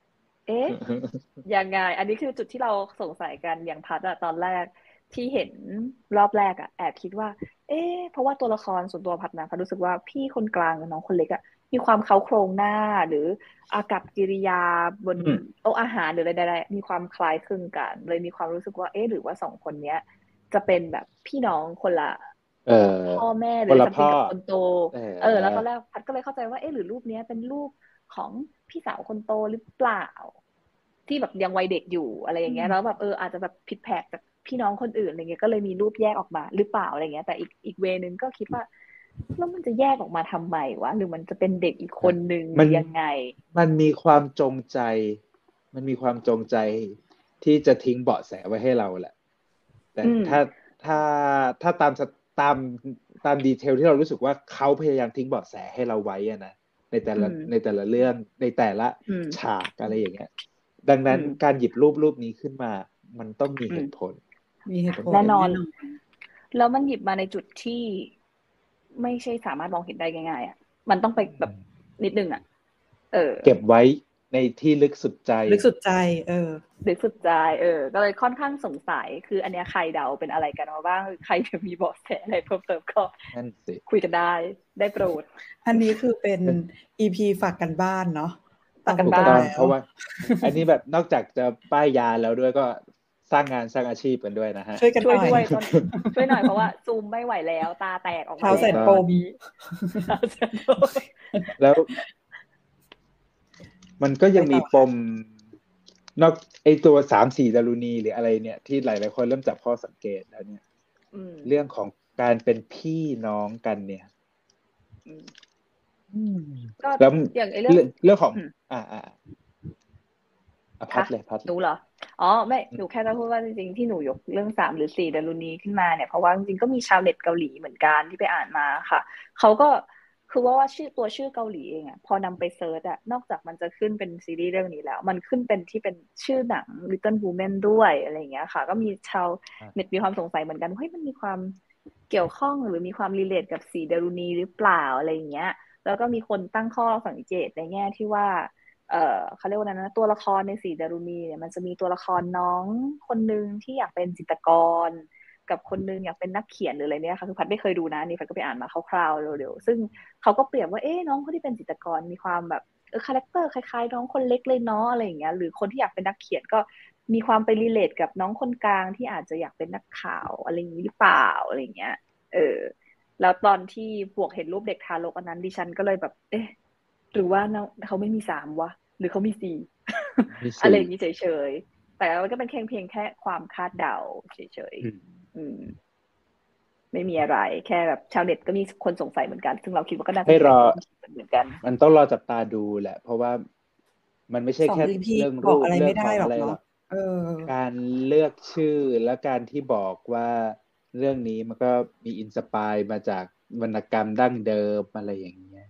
ยังไงอันนี้คือจุดที่เราสงสัยกันอย่างพัดอะตอนแรกที่เห็นรอบแรกอะแอบคิดว่าเพราะว่าตัวละครส่วนตัวพัดนะพัดรู้สึกว่าพี่คนกลางกับน้องคนเล็กอะมีความเค้าโครงหน้าหรืออากัปกิริยาบนโต๊ะอาหารหรืออะไรใดๆมีความคล้ายคลึงกันเลยมีความรู้สึกว่าหรือว่า2คนเนี้ยจะเป็นแบบพี่น้องคนละพ่อแม่หรือสัมพันธ์กับคนโตแล้วตอนแรกพัดก็เลยเข้าใจว่าหรือรูปนี้เป็นรูปของพี่สาวคนโตหรือเปล่าที่แบบยังวัยเด็กอยู่อะไรอย่างเงี้ยแล้วแบบอาจจะแบบผิดแผกจากพี่น้องคนอื่นอะไรเงี้ยก็เลยมีรูปแยกออกมาหรือเปล่าอะไรเงี้ยแต่อีกเวนึงก็คิดว่าแล้วมันจะแยกออกมาทำไมวะหรือมันจะเป็นเด็กอีกคนนึงยังไงมันมีความจงใจที่จะทิ้งเบาะแสไว้ให้เราแหละแต่ถ้าตามดีเทลที่เรารู้สึกว่าเขาพยายามทิ้งเบาะแสให้เราไว้อะนะในแต่ละเรื่องในแต่ละฉากอะไรอย่างเงี้ยดังนั้นการหยิบรูปนี้ขึ้นมามันต้องมีเหตุผลแน่นอนแล้วมันหยิบมาในจุดที่ไม่ใช่สามารถมองเห็นได้ง่ายๆอ่ะมันต้องไปแบบนิดนึงอ่ะเก็บไว้ในที่ลึกสุดใจลึกสุดใจก็เลยค่อนข้างสงสัยคืออันเนี้ยใครเดาเป็นอะไรกันมาบ้างใครจะมีเบาะแสอะไรเพิ่มเติมก็คุยกันได้โปรดอันนี้คือเป็น EP ฝากกันบ้านเนาะฝากกันบ้านเพราะว่าอันนี้แบบนอกจากจะป้ายยาแล้วด้วยก็สร้างงานสร้างอาชีพกันด้วยนะฮะช่วยกันหน่อยช่วยหน่อยเพราะว่าซูมไม่ไหวแล้วตาแตกออกมาเท้าเสร็จปมแล้วมันก็ยังมีปมนอกตัว3-4 ดารุณีหรืออะไรเนี่ยที่หลายๆคนเริ่มจับข้อสังเกตแล้วเนี่ยเรื่องของการเป็นพี่น้องกันเนี่ยแล้วอย่างเรื่องของพัดหนูเหรอไม่หนูแค่จะพูดว่าจริงๆที่หนูยกเรื่อง3 หรือ 4 ดารุณีขึ้นมาเนี่ยเพราะว่าจริงๆก็มีชาวเน็ตเกาหลีเหมือนกันที่ไปอ่านมาค่ะเขาก็คือว่าชื่อเกาหลีเองอ่ะพอนำไปเซิร์ชอ่ะนอกจากมันจะขึ้นเป็นซีรีส์เรื่องนี้แล้วมันขึ้นเป็นที่เป็นชื่อหนัง Little Women ด้วยอะไรอย่างเงี้ยค่ะก็มีชาวเน็ตมีความสงสัยเหมือนกันเฮ้ยมันมีความเกี่ยวข้องหรือมีความรีเลทกับ4 ดารุณีหรือเปล่าอะไรอย่างเงี้ยแล้วก็มีคนตั้งข้อสังเกตในแง่ที่ว่าเขาเรียกว่านะตัวละครใน4 ดารุณีเนี่ยมันจะมีตัวละครน้องคนนึงที่อยากเป็นจิตรกรกับคนนึงอยากเป็นนักเขียนหรืออะไรเนี่ยค่ะคือพัดไม่เคยดูนะนี่พัดก็ไปอ่านมาคร่าวๆเร็วๆซึ่งเขาก็เปรียบว่าน้องคนที่เป็นจิตรกรมีความแบบคาแรคเตอร์คล้ายๆน้องคนเล็กเลยเนาะอะไรอย่างเงี้ยหรือคนที่อยากเป็นนักเขียนก็มีความไปรีเลทกับน้องคนกลางที่อาจจะอยากเป็นนักข่าวอะไรอย่างนี้หรือเปล่าอะไรอย่างเงี้ยแล้วตอนที่บวกเห็นรูปเด็กทารกอันนั้นดิฉันก็เลยแบบหรือว่าเขาไม่มี3วะหรือเขามี4อะไรอย่างนี้เฉยๆแต่มันก็เป็นเพียงแค่ความคาดเดาเฉยๆไม่มีอะไรแค่แบบชาวเน็ตก็มีคนสงสัยเหมือนกันซึ่งเราคิดว่าก็น่าจะให้รอเหมือนกันมันต้องรอจับตาดูแหละเพราะว่ามันไม่ใช่แค่เรื่องรูปเรื่องของอะไรหรอกการเลือกชื่อและการที่บอกว่าเรื่องนี้มันก็มีอินสปายมาจากวรรณกรรมดั้งเดิมอะไรอย่างเงี้ย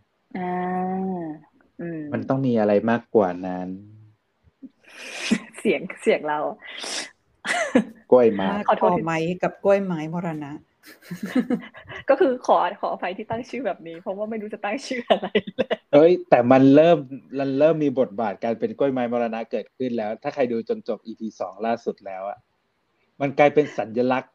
มันต้องมีอะไรมากกว่านั้นเสียงเรากล้วยไม้ขอโทษไหมกับกล้วยไม้มรณะก็คือขออภัยที่ตั้งชื่อแบบนี้เพราะว่าไม่รู้จะตั้งชื่ออะไรเลยแต่มันเริ่มมีบทบาทการเป็นกล้วยไม้มรณะเกิดขึ้นแล้วถ้าใครดูจนจบ EP 2ล่าสุดแล้วอ่ะมันกลายเป็นสัญลักษณ์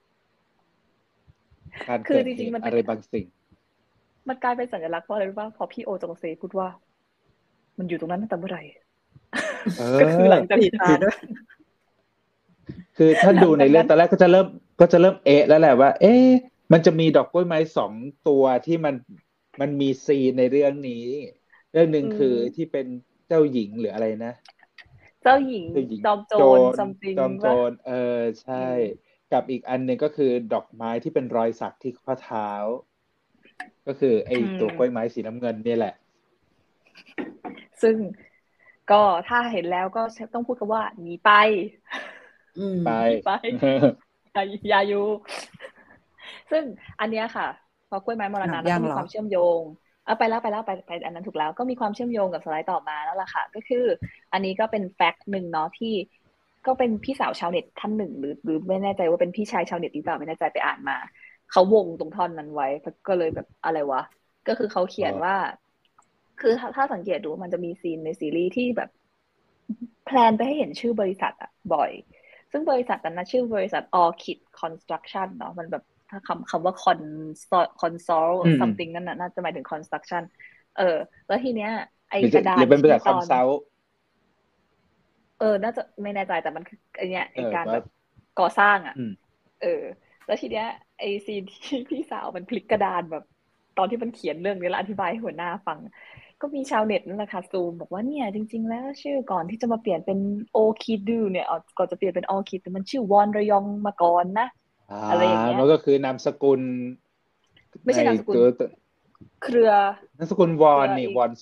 การเกิดเหตุอะไรบางสิ่งมันกลายเป็นสัญลักษณ์เพราะอะไรรู้ป่ะพอพี่โอจงเซพูดว่ามันอยู่ตรงนั้นตั้งแต่เมื่อไหร่ก็คือหลังจากตาด้วยคือถ้าดูในเรื่องตอนแรกก็จะเริ่มแล้วแหละว่ามันจะมีดอกกล้วยไม้2ตัวที่มันมีซีนในเรื่องนี้เรื่องหนึ่งคือที่เป็นเจ้าหญิงหรืออะไรนะเจ้าหญิงจอมโจรจอมโจรใช่กับอีกอันหนึ่งก็คือดอกไม้ที่เป็นรอยสักที่ข้อเท้าก็คือไอ้ตัวกล้วยไม้สีน้ำเงินนี่แหละซึ่งก็ถ้าเห็นแล้วก็ต้องพูดกันว่าหนีไปไปอย่าอยู่ซึ่งอันเนี้ยค่ะพอกล้วยไม้มรณะแล้วก็มีความเชื่อมโยงไปอันนั้นถูกแล้วก็มีความเชื่อมโยงกับสไลด์ต่อมาแล้วล่ะค่ะก็คืออันนี้ก็เป็นแฟกต์หนึ่งเนาะที่ก็เป็นพี่สาวชาวเน็ตท่านหนึ่งหรือไม่แน่ใจว่าเป็นพี่ชายชาวเน็ตหรือเปล่าไม่แน่ใจไปอ่านมาเขาวงตรงท่อนนั้นไว้ก็เลยแบบอะไรวะก็คือเขาเขียนว่าคือถ้าสังเกตดูมันจะมีซีนในซีรีส์ที่แบบแพลนไปให้เห็นชื่อบริษัทอะบ่อยซึ่งบริษัทนั้นนะชื่อบริษัท Orchid Construction เนาะมันแบบถ้าคำว่า console something นั่นน่าจะหมายถึง construction แล้วทีเนี้ยไอกระดาษหรือเป็นบริษัทคอนซัลท์น่าจะไม่แน่ใจแต่มันคือไอเนี้ยไอการแบบก่อสร้างอ่ะแล้วทีเนี้ยไอซีนที่พี่สาวมันพลิกกระดานแบบตอนที่มันเขียนเรื่องนี้แล้วอธิบายให้หัวหน้าฟังก็มีชาวเน็ตนั่นแหละค่ะซูมบอกว่าเนี่ยจริงๆแล้วชื่อก่อนที่จะมาเปลี่ยนเป็นโอคิดดูเนี่ยก่อนจะเปลี่ยนเป็นออคิดแต่มันชื่อวอนระยองมาก่อนนะอะไรอย่างเงี้ยมันก็คือนามสกุลไม่ใช่นามสกุลเครือนามสกุลวอนนี่วอน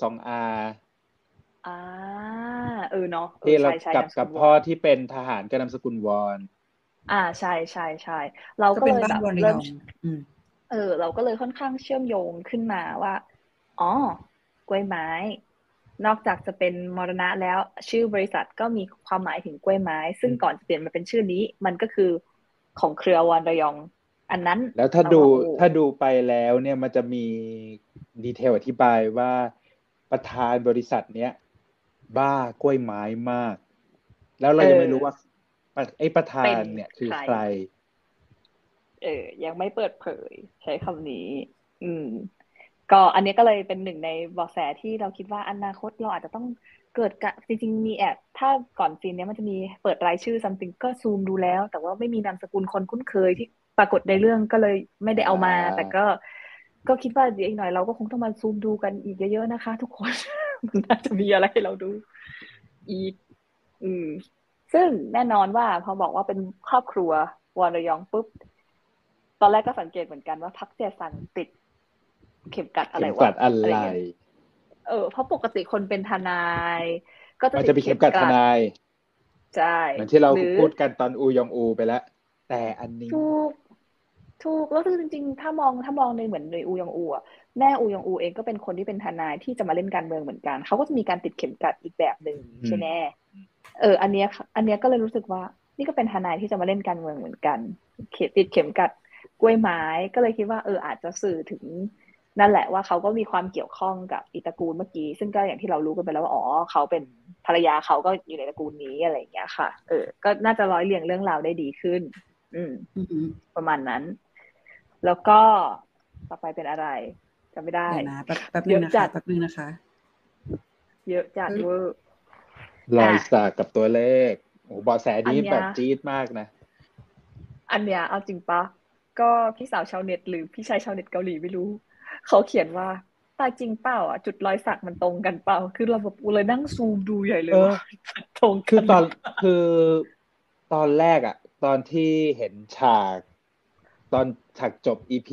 เนาะที่เรากับพ่อที่เป็นทหารก็นามสกุลวอนใช่เราก็เลยแบบเริ่มเราก็เลยค่อนข้างเชื่อมโยงขึ้นมาว่ากล้วยไม้นอกจากจะเป็นมรณะแล้วชื่อบริษัทก็มีความหมายถึงกล้วยไม้ซึ่งก่อนจะเปลี่ยนมาเป็นชื่อนี้มันก็คือของเครือวอนระยองอันนั้นแล้วถ้าดูไปแล้วเนี่ยมันจะมีดีเทลอธิบายว่าประธานบริษัทเนี้ยบ้ากล้วยไม้มากแล้วเรายังไม่รู้ว่าไอ้ประธานเนี่ยคือใครยังไม่เปิดเผยใช้คำนี้ก็อันนี้ก็เลยเป็นหนึ่งในเบาะแสที่เราคิดว่าอนาคตเราอาจจะต้องเกิดจริงๆมีถ้าก่อนซีนนี้มันจะมีเปิดรายชื่อ something ก็ซูมดูแล้วแต่ว่าไม่มีนามสกุลคนคุ้นเคยที่ปรากฏในเรื่องก็เลยไม่ได้เอามาแต่ก็คิดว่าอีกหน่อยเราก็คงต้องมาซูมดูกันอีกเยอะๆนะคะทุกคน มันน่าจะมีอะไรให้เราดูอีกซึ่งแน่นอนว่าพอบอกว่าเป็นครอบครัววอนระยองปุ๊บตอนแรกก็สังเกตเหมือนกันว่าพักเจสันติดเข็มกัดอะไรวะอะไรเพราะปกติคนเป็นทนายก็จะมีเข็มกัดทนายใช่เหมือนที่เราพูดกันตอนอูยองอูไปแล้วแต่อันนี้ถูกแล้วคือจริงๆถ้ามองในเหมือนในอูยองอูอ่ะแม่อูยองอูเองก็เป็นคนที่เป็นทนายที่จะมาเล่นการเมืองเหมือนกันเขาก็จะมีการติดเข็มกัดอีกแบบหนึ่งใช่ไหมอันเนี้ยก็เลยรู้สึกว่านี่ก็เป็นทนายที่จะมาเล่นการเมืองเหมือนกันติดเข็มกัดกล้วยไม้ก็เลยคิดว่าอาจจะสื่อถึงนั่นแหละว่าเขาก็มีความเกี่ยวข้องกับอีตระกูลเมื่อกี้ซึ่งก็อย่างที่เรารู้กันไปแล้วว่าเขาเป็นภรรยาเขาก็อยู่ในตระกูลนี้อะไรอย่างเงี้ยค่ะก็น่าจะร้อยเรียงเรื่องราวได้ดีขึ้นประมาณนั้นแล้วก็ต่อไปเป็นอะไรจำไม่ได้นะแป๊บนึงนะคะเยอะจัดเวอร์รอยสักกับตัวเลขเบาะแสนี้แบบจี๊ดมากนะอันเนี้ยเอาจริงปะก็พี่สาวชาวเน็ตหรือพี่ชายชาวเน็ตเกาหลีไม่รู้เขาเขียนว่าตายจริงเปล่าจุดรอยสักมันตรงกันเปล่าคือเราแบบเลยนั่งซูมดูใหญ่เลยว่าตรงกันคือตอนแรกตอนที่เห็นฉากจบ EP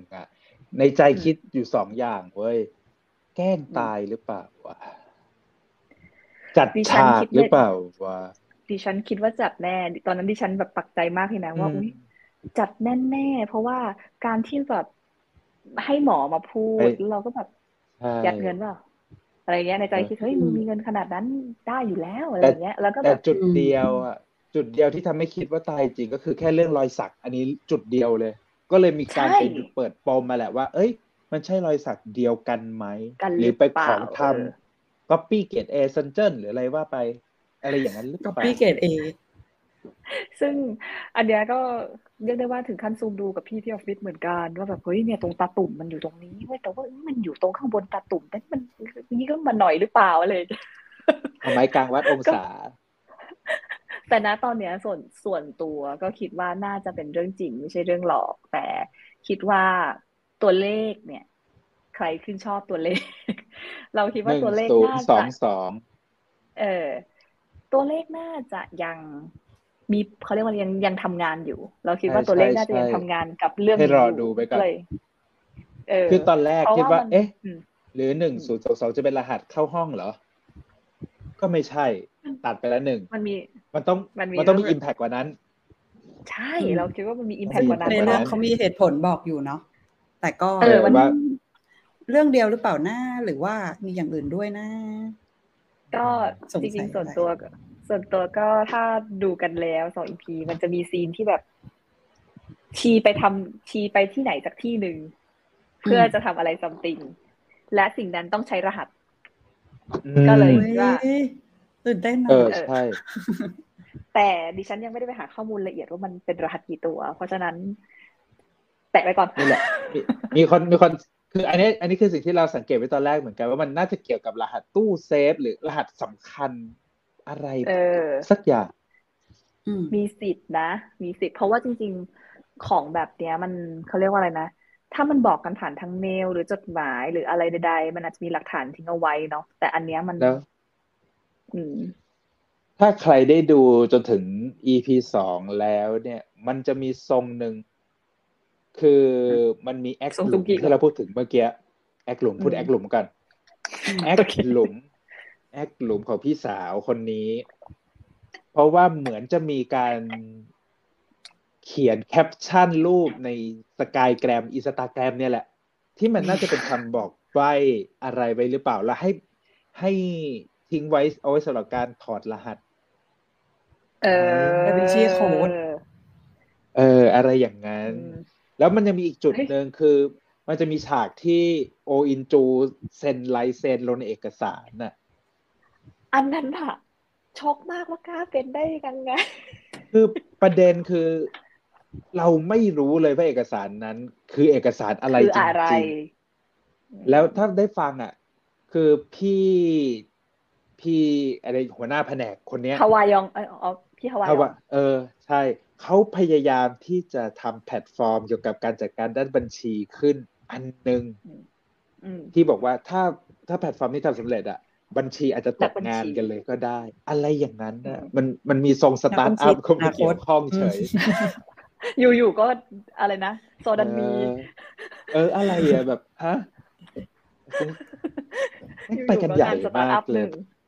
1ในใจคิดอยู่2อย่างเว้ยแกล้งตายหรือเปล่าวะจัดฉากหรือเปล่าวะดิฉันคิดว่าจัดแน่ตอนนั้นดิฉันแบบปักใจมากเลยนะว่าอุ๊ยจัดแน่ๆเพราะว่าการที่แบบให้หมอมาพูดเราก็แบบยัดเงินเปล่าอะไรเงี้ยในใจคิดเฮ้ยมึงมีเงินขนาดนั้นได้อยู่แล้วอะไรเงี้ยแล้วก็แบบจุดเดียวที่ทำให้คิดว่าตายจริงก็คือแค่เรื่องรอยสักอันนี้จุดเดียวเลยก็เลยมีการไปเปิดปมมาแหละว่าเอ้ยมันใช่รอยสักเดียวกันไหมหรือไปของทำcopy grade A ซันเจิ้นหรืออะไรว่าไปอะไรอย่างนั้นหรือเปล่า copy grade A ซึ่งอันเนี้ยก็เรียกได้ว่าถึงขั้นซูมดูกับพี่ที่ออฟฟิศเหมือนกันว่าแบบเฮ้ยเนี่ยตรงตาตุ่มมันอยู่ตรงนี้เว้ยแต่ว่ามันอยู่ตรงข้างบนตาตุ่มแต่มันนี่ก็มาหน่อยหรือเปล่าอะไรเอาไม้กลางวัดองศาแต่ณตอนเนี้ยส่วนตัวก็คิดว่าน่าจะเป็นเรื่องจริงไม่ใช่เรื่องหลอกแต่คิดว่าตัวเลขเนี่ยใครขึ้นชอบตัวเลขเราคิดว่าตัวเลขน่าจะตัวเลขน่าจะยังมีเขาเรียกว่ายังทำงานอยู่เราคิดว่าตัวเลขน่าจะยังทำงานกับเรื่องให้รอดูไปก่อนคือตอนแรกคิดว่าหรือ1022จะเป็นรหัสเข้าห้องเหรอก็ไม่ใช่ตัดไปแล้วหนึ่งมันมีมันต้องมีอิมแพคกว่านั้นใช่เราคิดว่ามันมีอิมแพคกว่านั้นในเรื่องเขามีเหตุผลบอกอยู่เนาะแต่ก็ว่าเรื่องเดียวหรือเปล่านะหรือว่ามีอย่างอื่นด้วยนะก็จริงๆส่วนตัวก็ถ้าดูกันแล้ว2 EP มันจะมีซีนที่แบบชีไปที่ไหนสักที่หนึ่งเพื่อจะทำอะไรซัมติงและสิ่งนั้นต้องใช้รหัสก็เลยว่าตื่นเต้นใช่แต่ดิฉันยังไม่ได้ไปหาข้อมูลละเอียดว่ามันเป็นรหัสกี่ตัวเพราะฉะนั้นแตะไปก่อนนี่แหละมีคนคืออันนี้คือสิ่งที่เราสังเกตไว้ตอนแรกเหมือนกันว่ามันน่าจะเกี่ยวกับรหัสตู้เซฟหรือรหัสสำคัญอะไรสักอย่างมีสิทธิ์นะมีสิทธิ์เพราะว่าจริงๆของแบบเนี้ยมันเขาเรียกว่าอะไรนะถ้ามันบอกกันผ่านทางเมลหรือจดหมายหรืออะไรใดๆมันอาจจะมีหลักฐานทิ้งเอาไว้เนาะแต่อันเนี้ยมันถ้าใครได้ดูจนถึง EP 2แล้วเนี่ยมันจะมีทรงหนึ่งคือมันมีแอคหลุมที่เราพูดถึงเมื่อกี้แอคหลุมพูดแอคหลุมกันแอคหลุมของพี่สาวคนนี้เพราะว่าเหมือนจะมีการเขียนแคปชั่นรูปในสกายแกรมอินสตาแกรมเนี่ยแหละที่มันน่าจะเป็นคำบอกใบ้อะไรไว้หรือเปล่าแล้วให้ทิ้งไว้เอาไว้สำหรับการถอดรหัสเป็นชื่อโค้ดอะไรอย่างนั้นแล้วมันยังมีอีกจุดหนึ่งคือมันจะมีฉากที่โออินจูเซ็นลายเซ็นลงในเอกสารน่ะอันนั้นอะช็อกมากว่ากล้าเป็นได้ยังไงคือประเด็นคือเราไม่รู้เลยว่าเอกสารนั้นคือเอกสารอะไรจริงๆแล้วถ้าได้ฟังอ่ะคือพี่อะไรหัวหน้าแผนกคนนี้ฮาวายองพี่ฮาวายองใช่เขาพยายามที่จะทำแพลตฟอร์มเกี่ยวกับการจัดการด้านบัญชีขึ้นอันนึงที่บอกว่าถ้าแพลตฟอร์มนี้ทำสำเร็จอ่ะบัญชีอาจจะตกงานกันเลยก็ได้อะไรอย่างนั้นน่ะมันมีทรงสตาร์ทอัพเข้ามาเกี่ยวข้องเฉยอยู่ก็อะไรนะโซดันมีอะไรอ่ะแบบฮะไปกันใหญ่มากเลย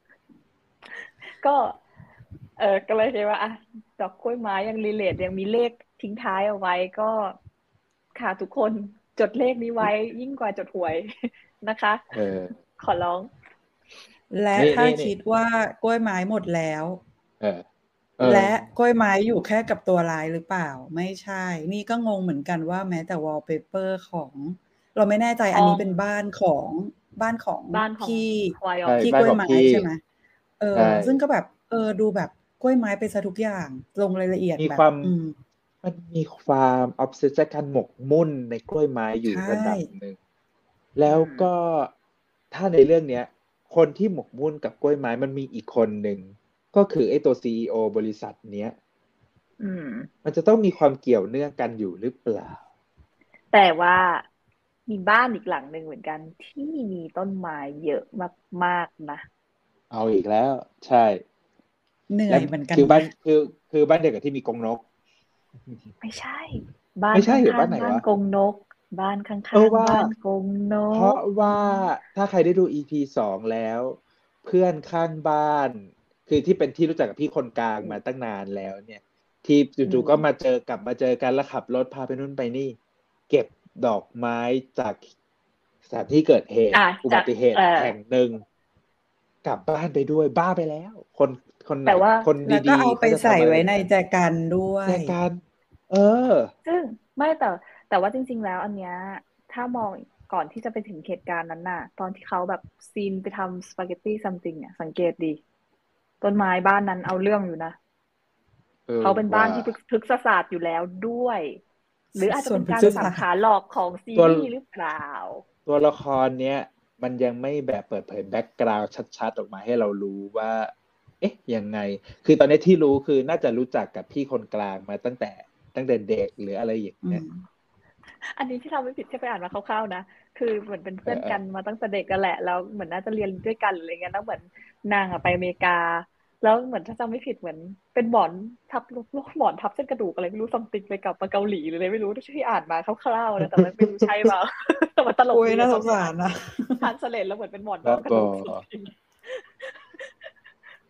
ก็เลยคิดว่าอ่ะดอกกล้วยไม้ยังรีเลทยังมีเลขทิ้งท้ายเอาไว้ก็ค่ะทุกคนจดเลขนี้ไว้ยิ่งกว่าจดหวยนะคะขอร้องและถ้าคิดว่ากล้วยไม้หมดแล้วและกล้วยไม้อยู่แค่กับตัวลายหรือเปล่าไม่ใช่นี่ก็งงเหมือนกันว่าแม้แต่วอลเปเปอร์ของเราไม่แน่ใจอันนี้เป็นบ้านของพี่กล้วยไม้ใช่ไหมซึ่งก็แบบดูแบบกล้วยไม้ไปซะทุกอย่างลงรายละเอียดแบบมันมีความออฟเซสกันหมกมุ่นในกล้วยไม้อยู่ระดับหนึ่งแล้วก็ถ้าในเรื่องเนี้ยคนที่หมกมุ่นกับกล้วยไม้มันมีอีกคนหนึ่งก็คือไอ้ตัว CEO บริษัทเนี้ยมันจะต้องมีความเกี่ยวเนื่องกันอยู่หรือเปล่าแต่ว่ามีบ้านอีกหลังหนึ่งเหมือนกันที่มีต้นไม้เยอะมากๆนะเอาอีกแล้วใช่เหนื่อยเหมือนกันคือบ้านคือบ้านเด็กที่มีกรงนกไม่ใช่บ้านข้างๆบ้านกรงนกบ้านข้างๆบ้านกรงนกเพราะว่าถ้าใครได้ดู EP 2แล้วเพื่อนข้างบ้านคือที่เป็นที่รู้จักกับพี่คนกลางมาตั้งนานแล้วเนี่ยที่จู่ๆก็กลับมาเจอกันแล้วขับรถพาไปนู่นไปนี่เก็บดอกไม้จากสถานที่เกิดเหตุอุบัติเหตุแห่งหนึ่งกลับบ้านไปด้วยบ้าไปแล้วคนแต่ว่าคนดีๆก็เอาไปใส่ไว้ในแจกันด้วยแจกันซึ่งไม่แต่ว่าจริงๆแล้วอันเนี้ยถ้ามองก่อนที่จะไปถึงเหตุการณ์นั้นน่ะตอนที่เขาแบบซีนไปทำสปาเกตตี้ซัมติงเนี่ยสังเกตดีต้นไม้บ้านนั้นเอาเรื่องอยู่นะเขาเป็นบ้านที่พฤกษศาสตร์อยู่แล้วด้วยหรืออาจจะเป็นการสังหารหลอกของซีรีส์หรือเปล่าตัวละครเนี้ยมันยังไม่แบบเปิดเผยแบ็กกราวด์ชัดๆออกมาให้เรารู้ว่าเอ๊ะยังไงคือตอนนี้ที่รู้คือน่าจะรู้จักกับพี่คนกลางมาตั้งแต่เด็กหรืออะไรอย่างเงี้ยอันนี้ที่เราไม่ผิดแค่ไปอ่านมาคร่าวๆนะคือเหมือนเป็นเพื่อนกันมาตั้งแต่เด็กกันแหละแล้วเหมือนน่าจะเรียนด้วยกันอะไรเงี้ยแล้วเหมือนนางไปอเมริกาแล้วเหมือนถ้าจำไม่ผิดเหมือนเป็นหมอนทับหมอนทับเส้นกระดูกอะไรไม่รู้ซัมติงไปกลับมาเกาหลีหรืออะไรไม่รู้ที่อ่านมาคร่าวๆนะแต่ไม่รู้ใช่เปล่าแต่มันตลกดีน่าสงสารนะทานสเลดแล้วเหมือนเป็นหมอนกระดูก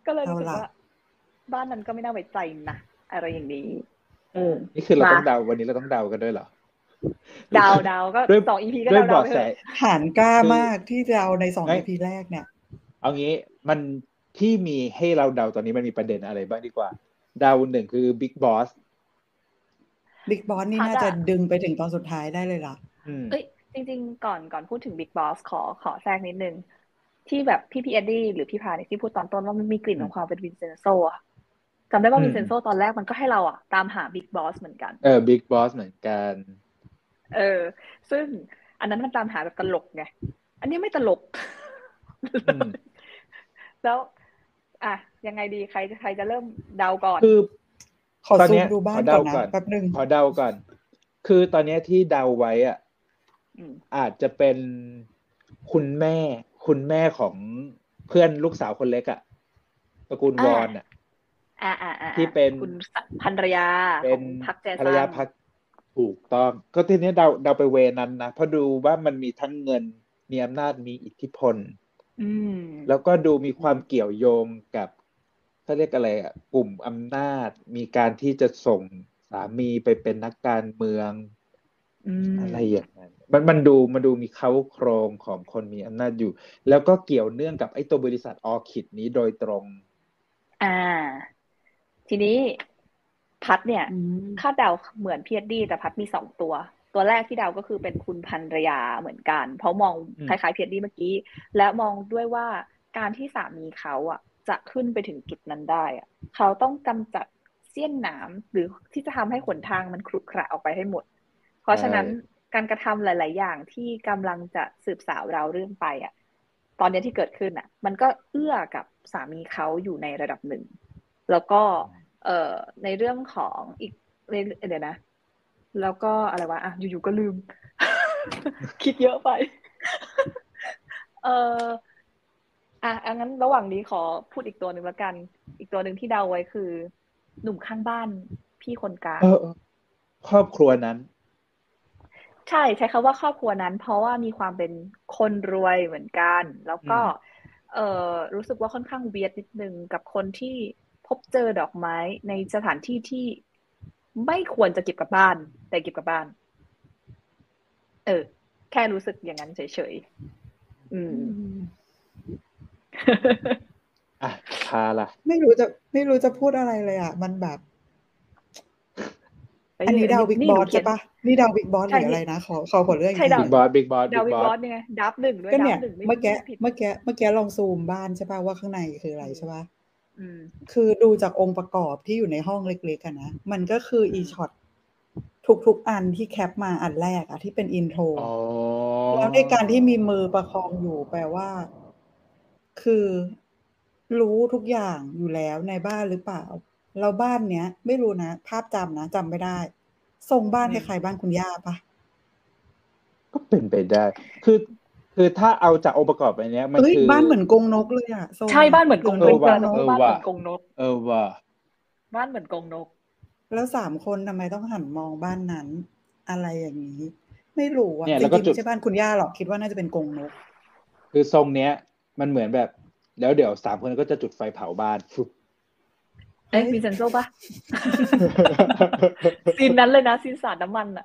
ก็เลยรู้สึกว่าบ้านนั้นก็ไม่น่าไว้ใจนะอะไรอย่างนี้นี่คือเราต้องเดาวันนี้เราต้องเดากันด้วยเหรอเดาก็2 EP ก็เดาไปเลยฐานกล้ามากที่จะเอาใน2 EP แรกเนี่ยเอางี้มันที่มีให้เราเดาตอนนี้มันมีประเด็นอะไรบ้างดีกว่าเดาหนึ่งคือ Big Boss นี่น่าจะดึงไปถึงตอนสุดท้ายได้เลยล่ะจริงๆก่อนพูดถึง Big Boss ขอแทรกนิดนึงที่แบบพี่เอ็ดดี้หรือพี่พาเนี่ยที่พูดตอนต้นว่ามันมีกลิ่นของความเป็นวินเซนโซอะจำได้ว่าวินเซนโซตอนแรกมันก็ให้เราอะตามหา Big Boss เหมือนกัน Big Boss เหมือนกันซึ่งอันนั้นมันตามหาแบบตลกไงอันนี้ไม่ตลกแล้วยังไงดีใครจะเริ่มเดาก่อนคือขอซูมดูบ้านก่อนนะแป๊บนึงขอเดาก่อนคือตอนนี้ที่เดาไว้อ่ะอาจจะเป็นคุณแม่ของเพื่อนลูกสาวคนเล็กอ่ะตระกูลวอนอ่ะที่เป็นคุณภรรยาของพรรคแจซันภรรยาพรรคถูกต้องก็ทีนี้เดาไปเวนั้นนะเพราะดูว่ามันมีทั้งเงินมีอำนาจมีอิทธิพลแล้วก็ดูมีความเกี่ยวโยงกับเขาเรียกอะไรอ่ะกลุ่มอำนาจมีการที่จะส่งสามีไปเป็นนักการเมืองอะไรอย่างนั้นมันดูมีเค้าโครงของคนมีอำนาจอยู่แล้วก็เกี่ยวเนื่องกับไอ้ตัวบริษัทออร์คิดนี้โดยตรงทีนี้พัดเนี่ยคาดเดาเหมือนพีเอ็ดดี้แต่พัดมี2ตัวแรกที่เดาก็คือเป็นคุณภรรยาเหมือนกันเพราะมองคล้ายๆพีเอ็ดดี้เมื่อกี้และมองด้วยว่าการที่สามีเขาอ่ะจะขึ้นไปถึงจุดนั้นได้อ่ะเขาต้องกำจัดเสี้ยนหนามหรือที่จะทำให้หนทางมันขรุขระออกไปให้หมดเพราะฉะนั้นการกระทำหลายๆอย่างที่กำลังจะสืบสาวเราเรื่องไปอ่ะตอนนี้ที่เกิดขึ้นอ่ะมันก็เอื้อกับสามีเขาอยู่ในระดับหนึ่งแล้วก็ในเรื่องของอีกเดี๋ยวนะแล้วก็อะไรวะอยู่ๆก็ลืม คิดเยอะไปงั้นระหว่างนี้ขอพูดอีกตัวหนึ่งแล้วกันอีกตัวหนึ่งที่เดาไว้คือหนุ่มข้างบ้านพี่คนกลางครอบครัวนั้นใช้คำว่าครอบครัวนั้นเพราะว่ามีความเป็นคนรวยเหมือนกันแล้วก็รู้สึกว่าค่อนข้างเวียดนิดนึงกับคนที่พบเจอดอกไม้ในสถานที่ที่ไม่ควรจะเก็บกลับบ้านแต่เก็บกลับบ้านแค่รู้สึกอย่างนั้นเฉยพาล่ะไม่รู้จะพูดอะไรเลยอ่ะมันแบบอันนี้ดาวบิ๊กบอสใช่ปะนี่ดาวบิ๊กบอสหรืออะไรนะขอเรื่องบิ๊กบอสดาวบิ๊กบอสเนี่ยดับ1ด้วยดับ1เมื่อกี้ลองซูมบ้านใช่ปะว่าข้างในคืออะไรใช่ปะคือดูจากองค์ประกอบที่อยู่ในห้องเล็กๆกันนะมันก็คืออีช็อตทุกอันที่แคปมาอันแรกอะที่เป็นอินโทรแล้วในการที่มีมือประคองอยู่แปลว่าคือรู้ทุกอย่างอยู่แล้วในบ้านหรือเปล่าแล้วบ้านเนี้ยไม่รู้นะภาพจำนะจำไม่ได้ทรงบ้านคล้ายๆบ้านคุณย่าปะก็เป็นไปได้คือถ้าเอาจากองค์ประกอบอันนี้มันคือบ้านเหมือนกรงนกเลยอ่ะใช่บ้านเหมือนกรงนกบ้านเหมือนกรงนกว่าบ้านเหมือนกรงนกแล้ว3คนทำไมต้องหันมองบ้านนั้นอะไรอย่างนี้ไม่รู้อ่ะจริงๆไม่ใช่บ้านคุณย่าหรอกคิดว่าน่าจะเป็นกรงนกคือทรงเนี้ยมันเหมือนแบบแล้วเดี๋ยว3คนก็จะจุดไฟเผาบ้านมีเซนโซ่ปะซีนนั้นเลยนะซีนสาดน้ำมันอ่ะ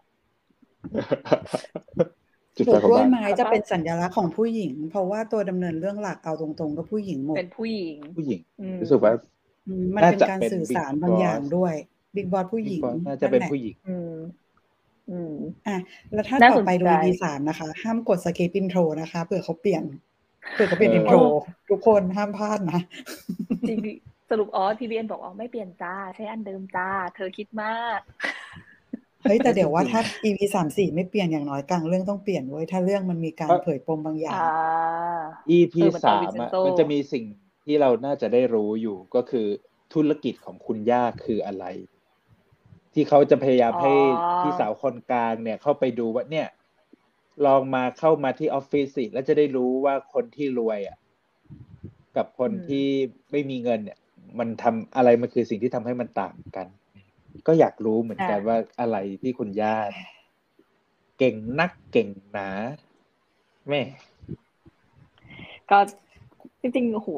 ปลูกกล้วยไม้จะเป็นสัญลักษณ์ของผู้หญิงเพราะว่าตัวดำเนินเรื่องหลักเอาตรงๆก็ผู้หญิงหมดเป็นผู้หญิงรู้สึกว่ามันเป็นการสื่อสารบางอย่างด้วยบิ๊กบอสผู้หญิงน่าจะเป็นผู้หญิงแล้วถ้าต่อไปดู EP3 นะคะห้ามกด skip intro นะคะเผื่อเขาเปลี่ยนอินโทรทุกคนห้ามพลาดนะสรุปPBN บอกไม่เปลี่ยนจ้าใช้อันเดิมจ้าเธอคิดมากเฮ้ยแต่เดี๋ยวว่าถ้า EP 3-4ไม่เปลี่ยนอย่างน้อยกลางเรื่องต้องเปลี่ยนไว้ถ้าเรื่องมันมีการเผยปมบางอย่าง EP 3มันจะมีสิ่งที่เราน่าจะได้รู้อยู่ก็คือธุรกิจของคุณย่าคืออะไรที่เขาจะพยายามให้พี่สาวคนกลางเนี่ยเข้าไปดูว่าเนี่ยลองเข้ามาที่ออฟฟิศสิแล้วจะได้รู้ว่าคนที่รวยกับคนที่ไม่มีเงินเนี่ยมันทำอะไรมันคือสิ่งที่ทำให้มันต่างกันก็อยากรู้เหมือนกันว่าอะไรที่คุณย่าเก่งนักเก่งหนาแม่ก็จริงๆโอ้โห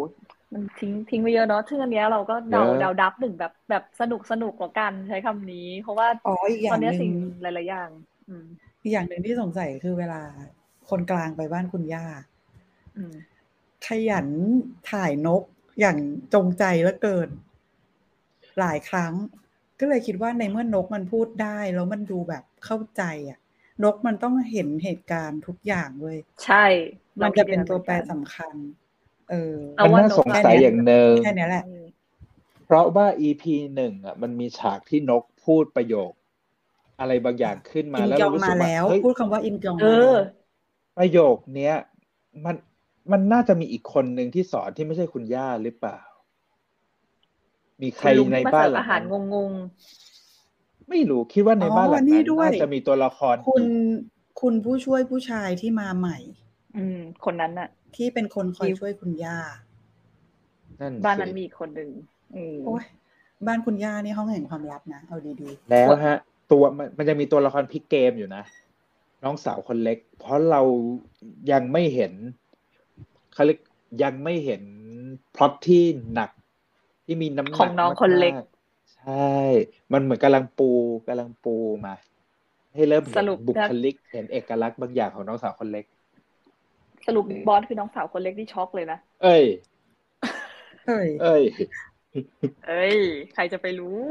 มันทิ้งไปเยอะเนาะซึ่งอันเนี้ยเราก็เยอะเดาดับหนึ่งแบบสนุกกว่ากันใช้คำนี้ เพราะว่าอีกอตอนย่างหนึ่งเนี้ยสิ่งหลายๆอย่างอีกอย่างหนึ่งที่สงสัยคือเวลาคนกลางไปบ้านคุณย่าขยันถ่ายนกอย่างจงใจเหลือเกินหลายครั้ง ก็เลยคิดว่าในเมื่อนกมันพูดได้แล้วมันดูแบบเข้าใจอ่ะ นกมันต้องเห็นเหตุการณ์ทุกอย่างเลยใช่มันจะเป็นตัวแปรสำคัญมันน่าสงสัยอย่างหนึ่งแค่นี้แหละเพราะว่า EP 1อ่ะมันมีฉากที่นกพูดประโยคอะไรบางอย่างขึ้นมาแล้วเรารู้สึกว่าเฮ้ยพูดคำว่าอินจองประโยคเนี้ยมันน่าจะมีอีกคนหนึ่งที่สอนที่ไม่ใช่คุณย่าหรือเปล่ามีใครในบ้านหลังนั้นงงไม่รู้คิดว่าในบ้านหลังนั้นน่าจะมีตัวละครคุณผู้ช่วยผู้ชายที่มาใหม่คนนั้นน่ะที่เป็นคนคอยช่วยคุณย่าบ้านนั้นมีคนหนึ่งโอ้ยบ้านคุณย่านี่ห้องแห่งความลับนะเอาดีๆแล้วฮะตัวมันจะมีตัวละครพลิกเกมอยู่นะน้องสาวคนเล็กเพราะเรายังไม่เห็นเขาเรียกยังไม่เห็นพล็อตที่หนักที่มีน้ำหนักของน้องคนเล็กใช่มันเหมือนกำลังปูมาให้เริ่มเห็นบุคลิกเห็นเอกลักษณ์บางอย่างของน้องสาวคนเล็กสรุปบอสคือน้องสาวคนเล็กที่ช็อกเลยนะเอ้ยใครจะไปรู้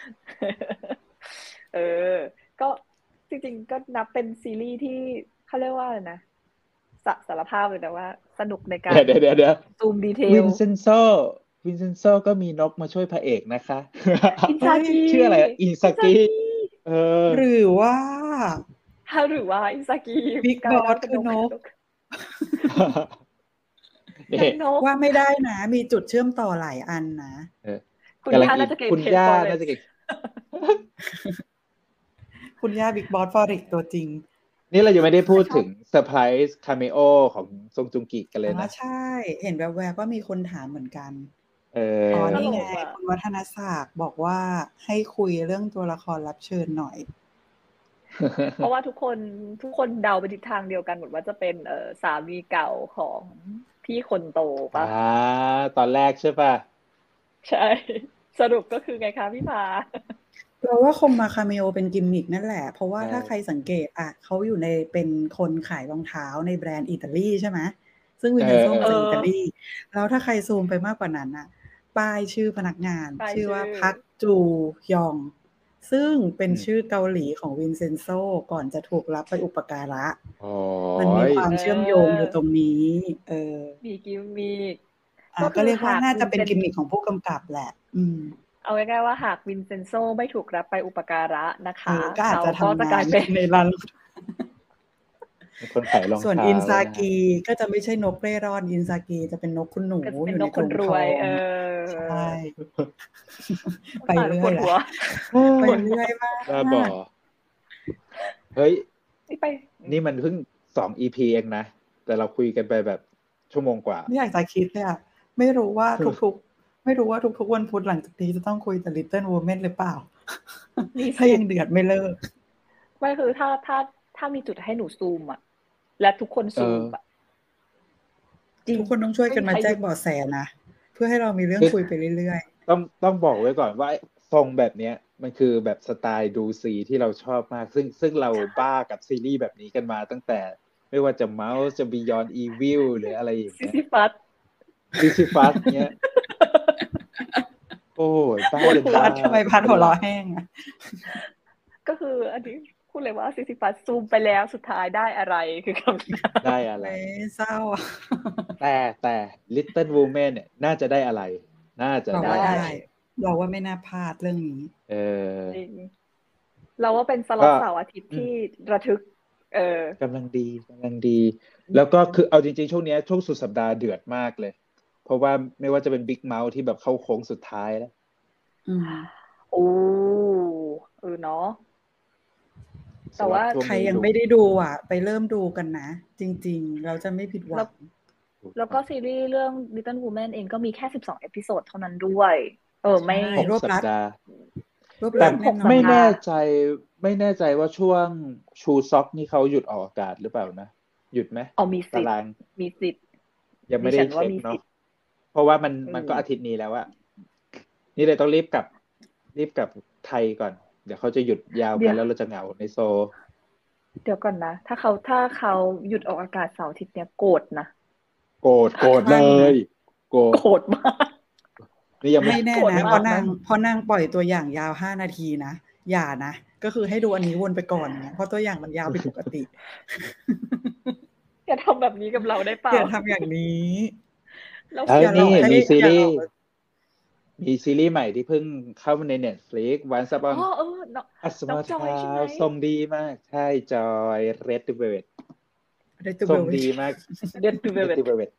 ก็จริงๆก็นับเป็นซีรีส์ที่เขาเรียกว่าอะไรนะสารภาพเลยนะว่าสนุกในการเดี๋ยวซูมดีเทลวินเซนโซก็มีนกมาช่วยพระเอกนะคะอินซากิชื่ออะไรอินซากิหรือว่าอินซากิบิ๊กบอสคือนกว่าไม่ได้นะมีจุดเชื่อมต่อหลายอันนะคุณย่าน่าจะเก่งคุณย่าน่าจะเก่งคุณย่าบิ๊กบอสฟอริกตัวจริงนี่เรายังไม่ได้พูดถึงเซอร์ไพรส์คาเมโอของซงจุงกิกันเลยนะใช่เห็นแวบๆว่ามีคนถามเหมือนกันนี่ไงคุณวัฒนศักดิ์บอกว่าให้คุยเรื่องตัวละครรับเชิญหน่อยเพราะว่าทุกคนเดาไปทิศทางเดียวกันหมดว่าจะเป็นสามีเก่าของพี่คนโตป่ะตอนแรกใช่ป่ะใช่สรุปก็คือไงคะพี่พาเราว่าคงมาคาเมโอเป็นกิมมิกนั่นแหละเพราะว่าถ้าใครสังเกตเขาอยู่ในเป็นคนขายรองเท้าในแบรนด์อิตาลีใช่ไหมซึ่งวินเทอร์โซ่มาจากอิตาลีแล้วถ้าใครซูมไปมากกว่านั้นป้ายชื่อพนักงานชื่อว่าพักจูยองซึ่งเป็นชื่อเกาหลีของวินเซนโซก่อนจะถูกรับไปอุปการะมันมีความเชื่อมโยงอยู่ตรงนี้มีกิมมิกก็เรียกว่าน่าจะเป็นกิมมิกของผู้กำกับแหละเอาง่ายๆว่าหากวินเซนโซไม่ถูกรับไปอุปการะนะคะก็อาจจะทำงานในร้านคนขายรองเท้าส่วนอินซากิก็จะไม่ใช่นกเร่ร่อนอินซากิจะเป็นนกคุณหนูอยู่ในกรงรวยใช่ไปเรื่อยแหละไปเรื่อยมากเฮ้ยนี่มันเพิ่ง2 EP เองนะแต่เราคุยกันไปแบบชั่วโมงกว่าไม่อยากจะคิดเลยอ่ะไม่รู้ว่าทุกวันพุธหลังจากนี้จะต้องคุยแต่ Little Women หรือเปล่าถ้ายังเดือดไม่เลิกไม่คือถ้ามีจุดให้หนูซูมอ่ะและทุกคนซูมอ่ะทุกคนต้องช่วยกันมาแจ้งเบาะแสนะเพื่อให้เรามีเรื่องคุยไปเรื่อยๆต้องบอกไว้ก่อนว่าทรงแบบเนี้ยมันคือแบบสไตล์ดูซีที่เราชอบมากซึ่งเราบ้ากับซีรีส์แบบนี้กันมาตั้งแต่ไม่ว่าจะ Mouse จะ Beyond Evil หรืออะไรอย่างเงี้ยซิซิฟัสเนี้ยโอ้ยบ้าเลยทำไมพัดหัวเราะแห้งอ่ะก็คืออันนี้พูดเลยว่าซิซิฟัสซูมไปแล้วสุดท้ายได้อะไรคือคำถามได้อะไรเศร้าแต่ Little Women เนี่ยน่าจะได้อะไรน่าจะได้เราว่าไม่น่าพลาดเรื่องนี้เราว่าเป็นสล็อตเสาร์อาทิตย์ที่ระทึกกำลังดีแล้วก็คือเอาจริงๆช่วงนี้ช่วงสุดสัปดาห์เดือดมากเลยเพราะว่าไม่ว่าจะเป็น Big Mouth ที่แบบเข้าโค้งสุดท้ายแล้วเนาะแต่ว่าใครยังไม่ได้ดูไปเริ่มดูกันนะจริงๆเราจะไม่ผิดหวังแล้วก็ซีรีส์เรื่อง Little Women เองก็มีแค่12 เอพิโซดเท่านั้นด้วยไม่รวบรัดแต่ไม่แน่ใจว่าช่วงชูซ็อกนี่เขาหยุดออกอากาศหรือเปล่านะหยุดไหมมีสิทธิ์ยังไม่ได้เช็คเนาะเพราะว่ามันก็อาทิตย์นี้แล้วอะนี่เลยต้องรีบกลับไทยก่อนเดี๋ยวเขาจะหยุดยาวกันแล้วเราจะเหงาในโซเดี๋ยวก่อนนะถ้าเขาหยุดออกอากาศเสาร์อาทิตย์เนี้ยโกรธนะโกรธเลยโกรธมากนี่ยังไม่แน่นะเพราะนางปล่อยตัวอย่างยาว5 นาทีนะอย่านะก็คือให้ดูอันนี้วนไปก่อนเนี่ยเพราะตัวอย่างมันยาวผิดปกติอย่าทำแบบนี้กับเราได้เปล่าอย่าทำอย่างนี้แล้วนี่มีซีรีส์ใหม่ที่เพิ่งเข้ามาใน Netflix Once Upon a Small Town ส่งดีมากใช่จอย Red Velvet ส่งดีมาก Red Velvet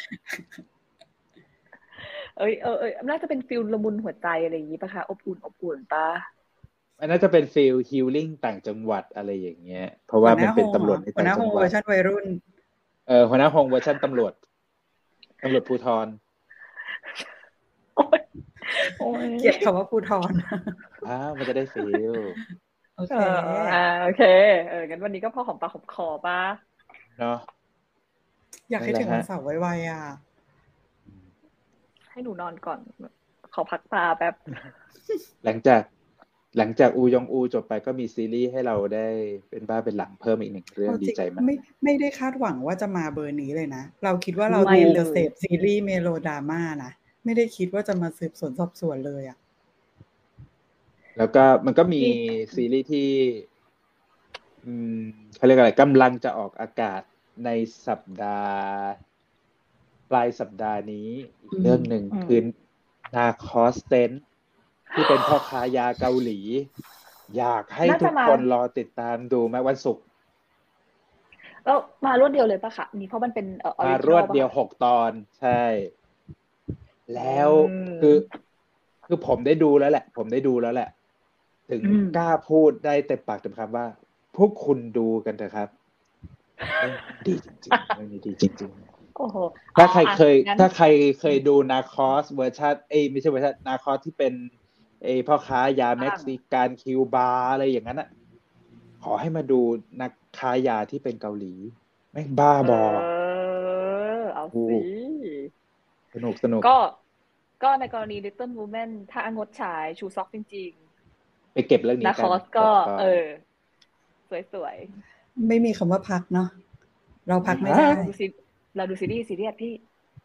น่าจะเป็นฟิลละมุนหัวใจอะไรอย่างนี้ป่ะคะอบอุ่นป่ะมันน่าจะเป็นฟิลฮีลลิ่งต่างจังหวัดอะไรอย่างเงี้ยเพราะว่ามันเป็นตำรวจในต่างจังหวัดหัวหน้าเวอร์ชันวัยรุ่นหัวหน้าฮงเวอร์ชันตำรวจภูธรเกลียดคำว่าภูธรมันจะได้ฟิลโอเคงั้นวันนี้ก็พอหอมปากหอมคอป่ะเนาะอยากให้ถึงวันเสาร์ไวๆให้หนูนอนก่อนขอพักตาแป๊บหลังจากอูยองอูจบไปก็มีซีรีส์ให้เราได้เป็นบ้าเป็นหลังเพิ่มอีกหนึ่งเรื่องดีใจมากไม่ได้คาดหวังว่าจะมาเบอร์นี้เลยนะเราคิดว่าเราจะเสพซีรีส์เมโลดราม่านะไม่ได้คิดว่าจะมาสืบสวนสอบสวนเลยอ่ะแล้วก็มันก็มีซีรีส์ที่เขาเรียกอะไรกำลังจะออกอากาศในสัปดาห์ปลายสัปดาห์นี้อีกเรื่องหนึ่งคือนาคอสเซนที่เป็นพ่อค้ายาเกาหลีอยากให้ทุกคนรอติดตามดูไหมวันศุกร์แล้วมารวดเดียวเลยป่ะคะนี่เพราะมันเป็นมารวดเดียว6 ตอนใช่แล้วคือผมได้ดูแล้วแหละถึงกล้าพูดได้เต็มปากเต็มคำว่าพวกคุณดูกันเถอะครับดีจริงๆไม่ดีจริงๆโอ้โหถ้าใครเคยดูนาคอสเวอร์ชันไม่ใช่เวอร์ชันนาคอสที่เป็นพ่อค้ายาเม็กซิกันคิวบาอะไรอย่างนั้นอ่ะขอให้มาดูนักค้ายาที่เป็นเกาหลีแม่งบ้าบอเอาสิสนุกก็ในกรณี Little Women ถ้างดฉายชูซอกจริงๆไปเก็บเรื่องนี้กันนาคอสก็สวยๆไม่มีคำว่าพักเนาะเราพักไม่ได้เราดูซีรีส์พี่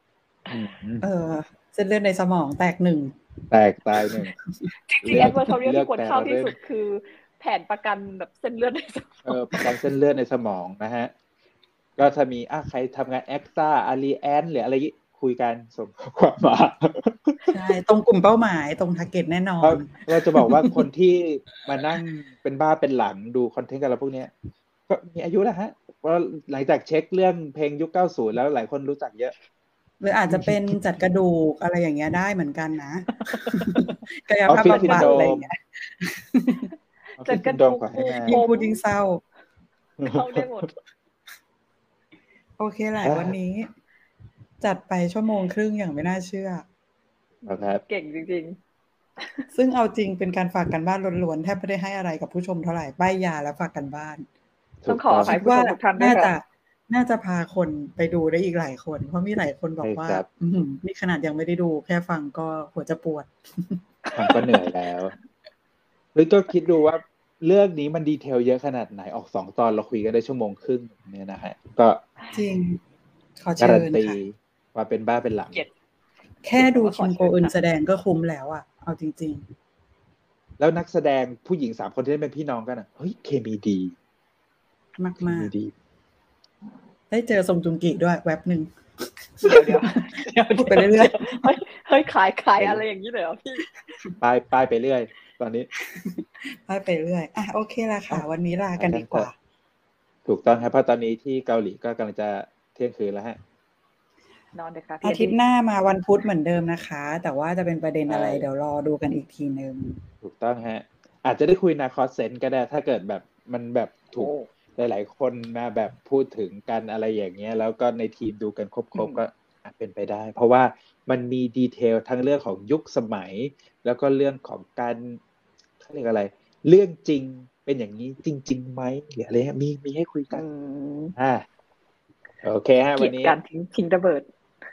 เส้นเลือดในสมองแตก1 แตกตาย1 จริงๆแอดเวอร์ทอเรียลที่ควรเข้าที่สุดคือแผนประกันแบบเส้นเลือดในสมองประกันเส้นเลือดในสมองนะฮะก็ถ้ามีใครทำงานแอคซ่าอารีแอนหรืออะไรคุยกันส่งความมาใช่ตรงกลุ่มเป้าหมายตรงทาร์เก็ตแน่นอนเราจะบอกว่าคนที่มานั่งเป็นบ้าเป็นหลังดูคอนเทนต์กันแล้วพวกนี้ก็มีอายุแล้วฮะเพราะหลังจากเช็คเรื่องเพลงยุค90แล้วหลายคนรู้จักเยอะหรืออาจจะเป็นจัดกระดูกอะไรอย่างเงี้ยได้เหมือนกันนะกายภาพบำบัดอะไรอย่างเงี้ยจัดกระดูกยิ่งพูดยิ่งเศร้าเข้าได้หมดโอเคแหละวันนี้จัดไป1.5 ชั่วโมงอย่างไม่น่าเชื่อเก่งจริงๆซึ่งเอาจริงเป็นการฝากกันบ้านล้วนๆแทบไม่ได้ให้อะไรกับผู้ชมเท่าไหร่ป้ายยาแล้วฝากกันบ้านต้องขออภัยผู้ชมทุกท่านด้วยค่ะน่าจะพาคนไปดูได้อีกหลายคนเพราะมีหลายคนบอกว่านี่ขนาดยังไม่ได้ดูแค่ฟังก็หัวจะปวดฟังก็เหนื่อยแล้วหรือก็คิดดูว่าเรื่องนี้มันดีเทลเยอะขนาดไหนออก2 ตอนเราคุยกันได้1.5 ชั่วโมงเนี่ยนะฮะก็จริงขอเชิญค่ะว่าเป็นบ้าเป็นหลังแค่ดูคิมโกอึนแสดงก็คุ้มแล้วอ่ะเอาจริงๆแล้วนักแสดงผู้หญิง3 คนที่เป็นพี่น้องกันอ่ะเฮ้ยเคมีดีมากๆได้เจอซงจุงกิด้วยแวบนึงเดี๋ยวพูดไปเรื่อยๆเฮ้ยขายอะไรอย่างนี้เลยเหรอพี่ป้ายไปเรื่อยตอนนี้ป้ายไปเรื่อยโอเคละค่ะวันนี้ลากันดีกว่าถูกต้องครับเพราะตอนนี้ที่เกาหลีก็กำลังจะเที่ยงคืนแล้วฮะนอนเลยค่ะอาทิตย์หน้ามาวันพุธเหมือนเดิมนะคะแต่ว่าจะเป็นประเด็นอะไรเดี๋ยวรอดูกันอีกทีนึงถูกต้องฮะอาจจะได้คุยนาคอสเซนก็ได้ถ้าเกิดแบบมันแบบถูกหลายๆคนมาแบบพูดถึงกันอะไรอย่างเงี้ยแล้วก็ในทีมดูกันครบๆก็เป็นไปได้เพราะว่ามันมีดีเทลทั้งเรื่องของยุคสมัยแล้วก็เรื่องของการเขาเรียกอะไรเรื่องจริงเป็นอย่างนี้จริงๆไหมหรืออะไรมีให้คุยกันโอเคฮะวันนี้การทิ้งระเบิด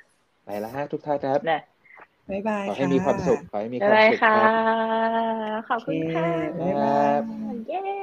ไปแล้วฮะทุกท่านครับบ๊ายบายขอให้มีความสุขขอให้มีบ๊าคยวามบายสุขค่ะครับขอบคุณค่ะบ๊ายบายเย้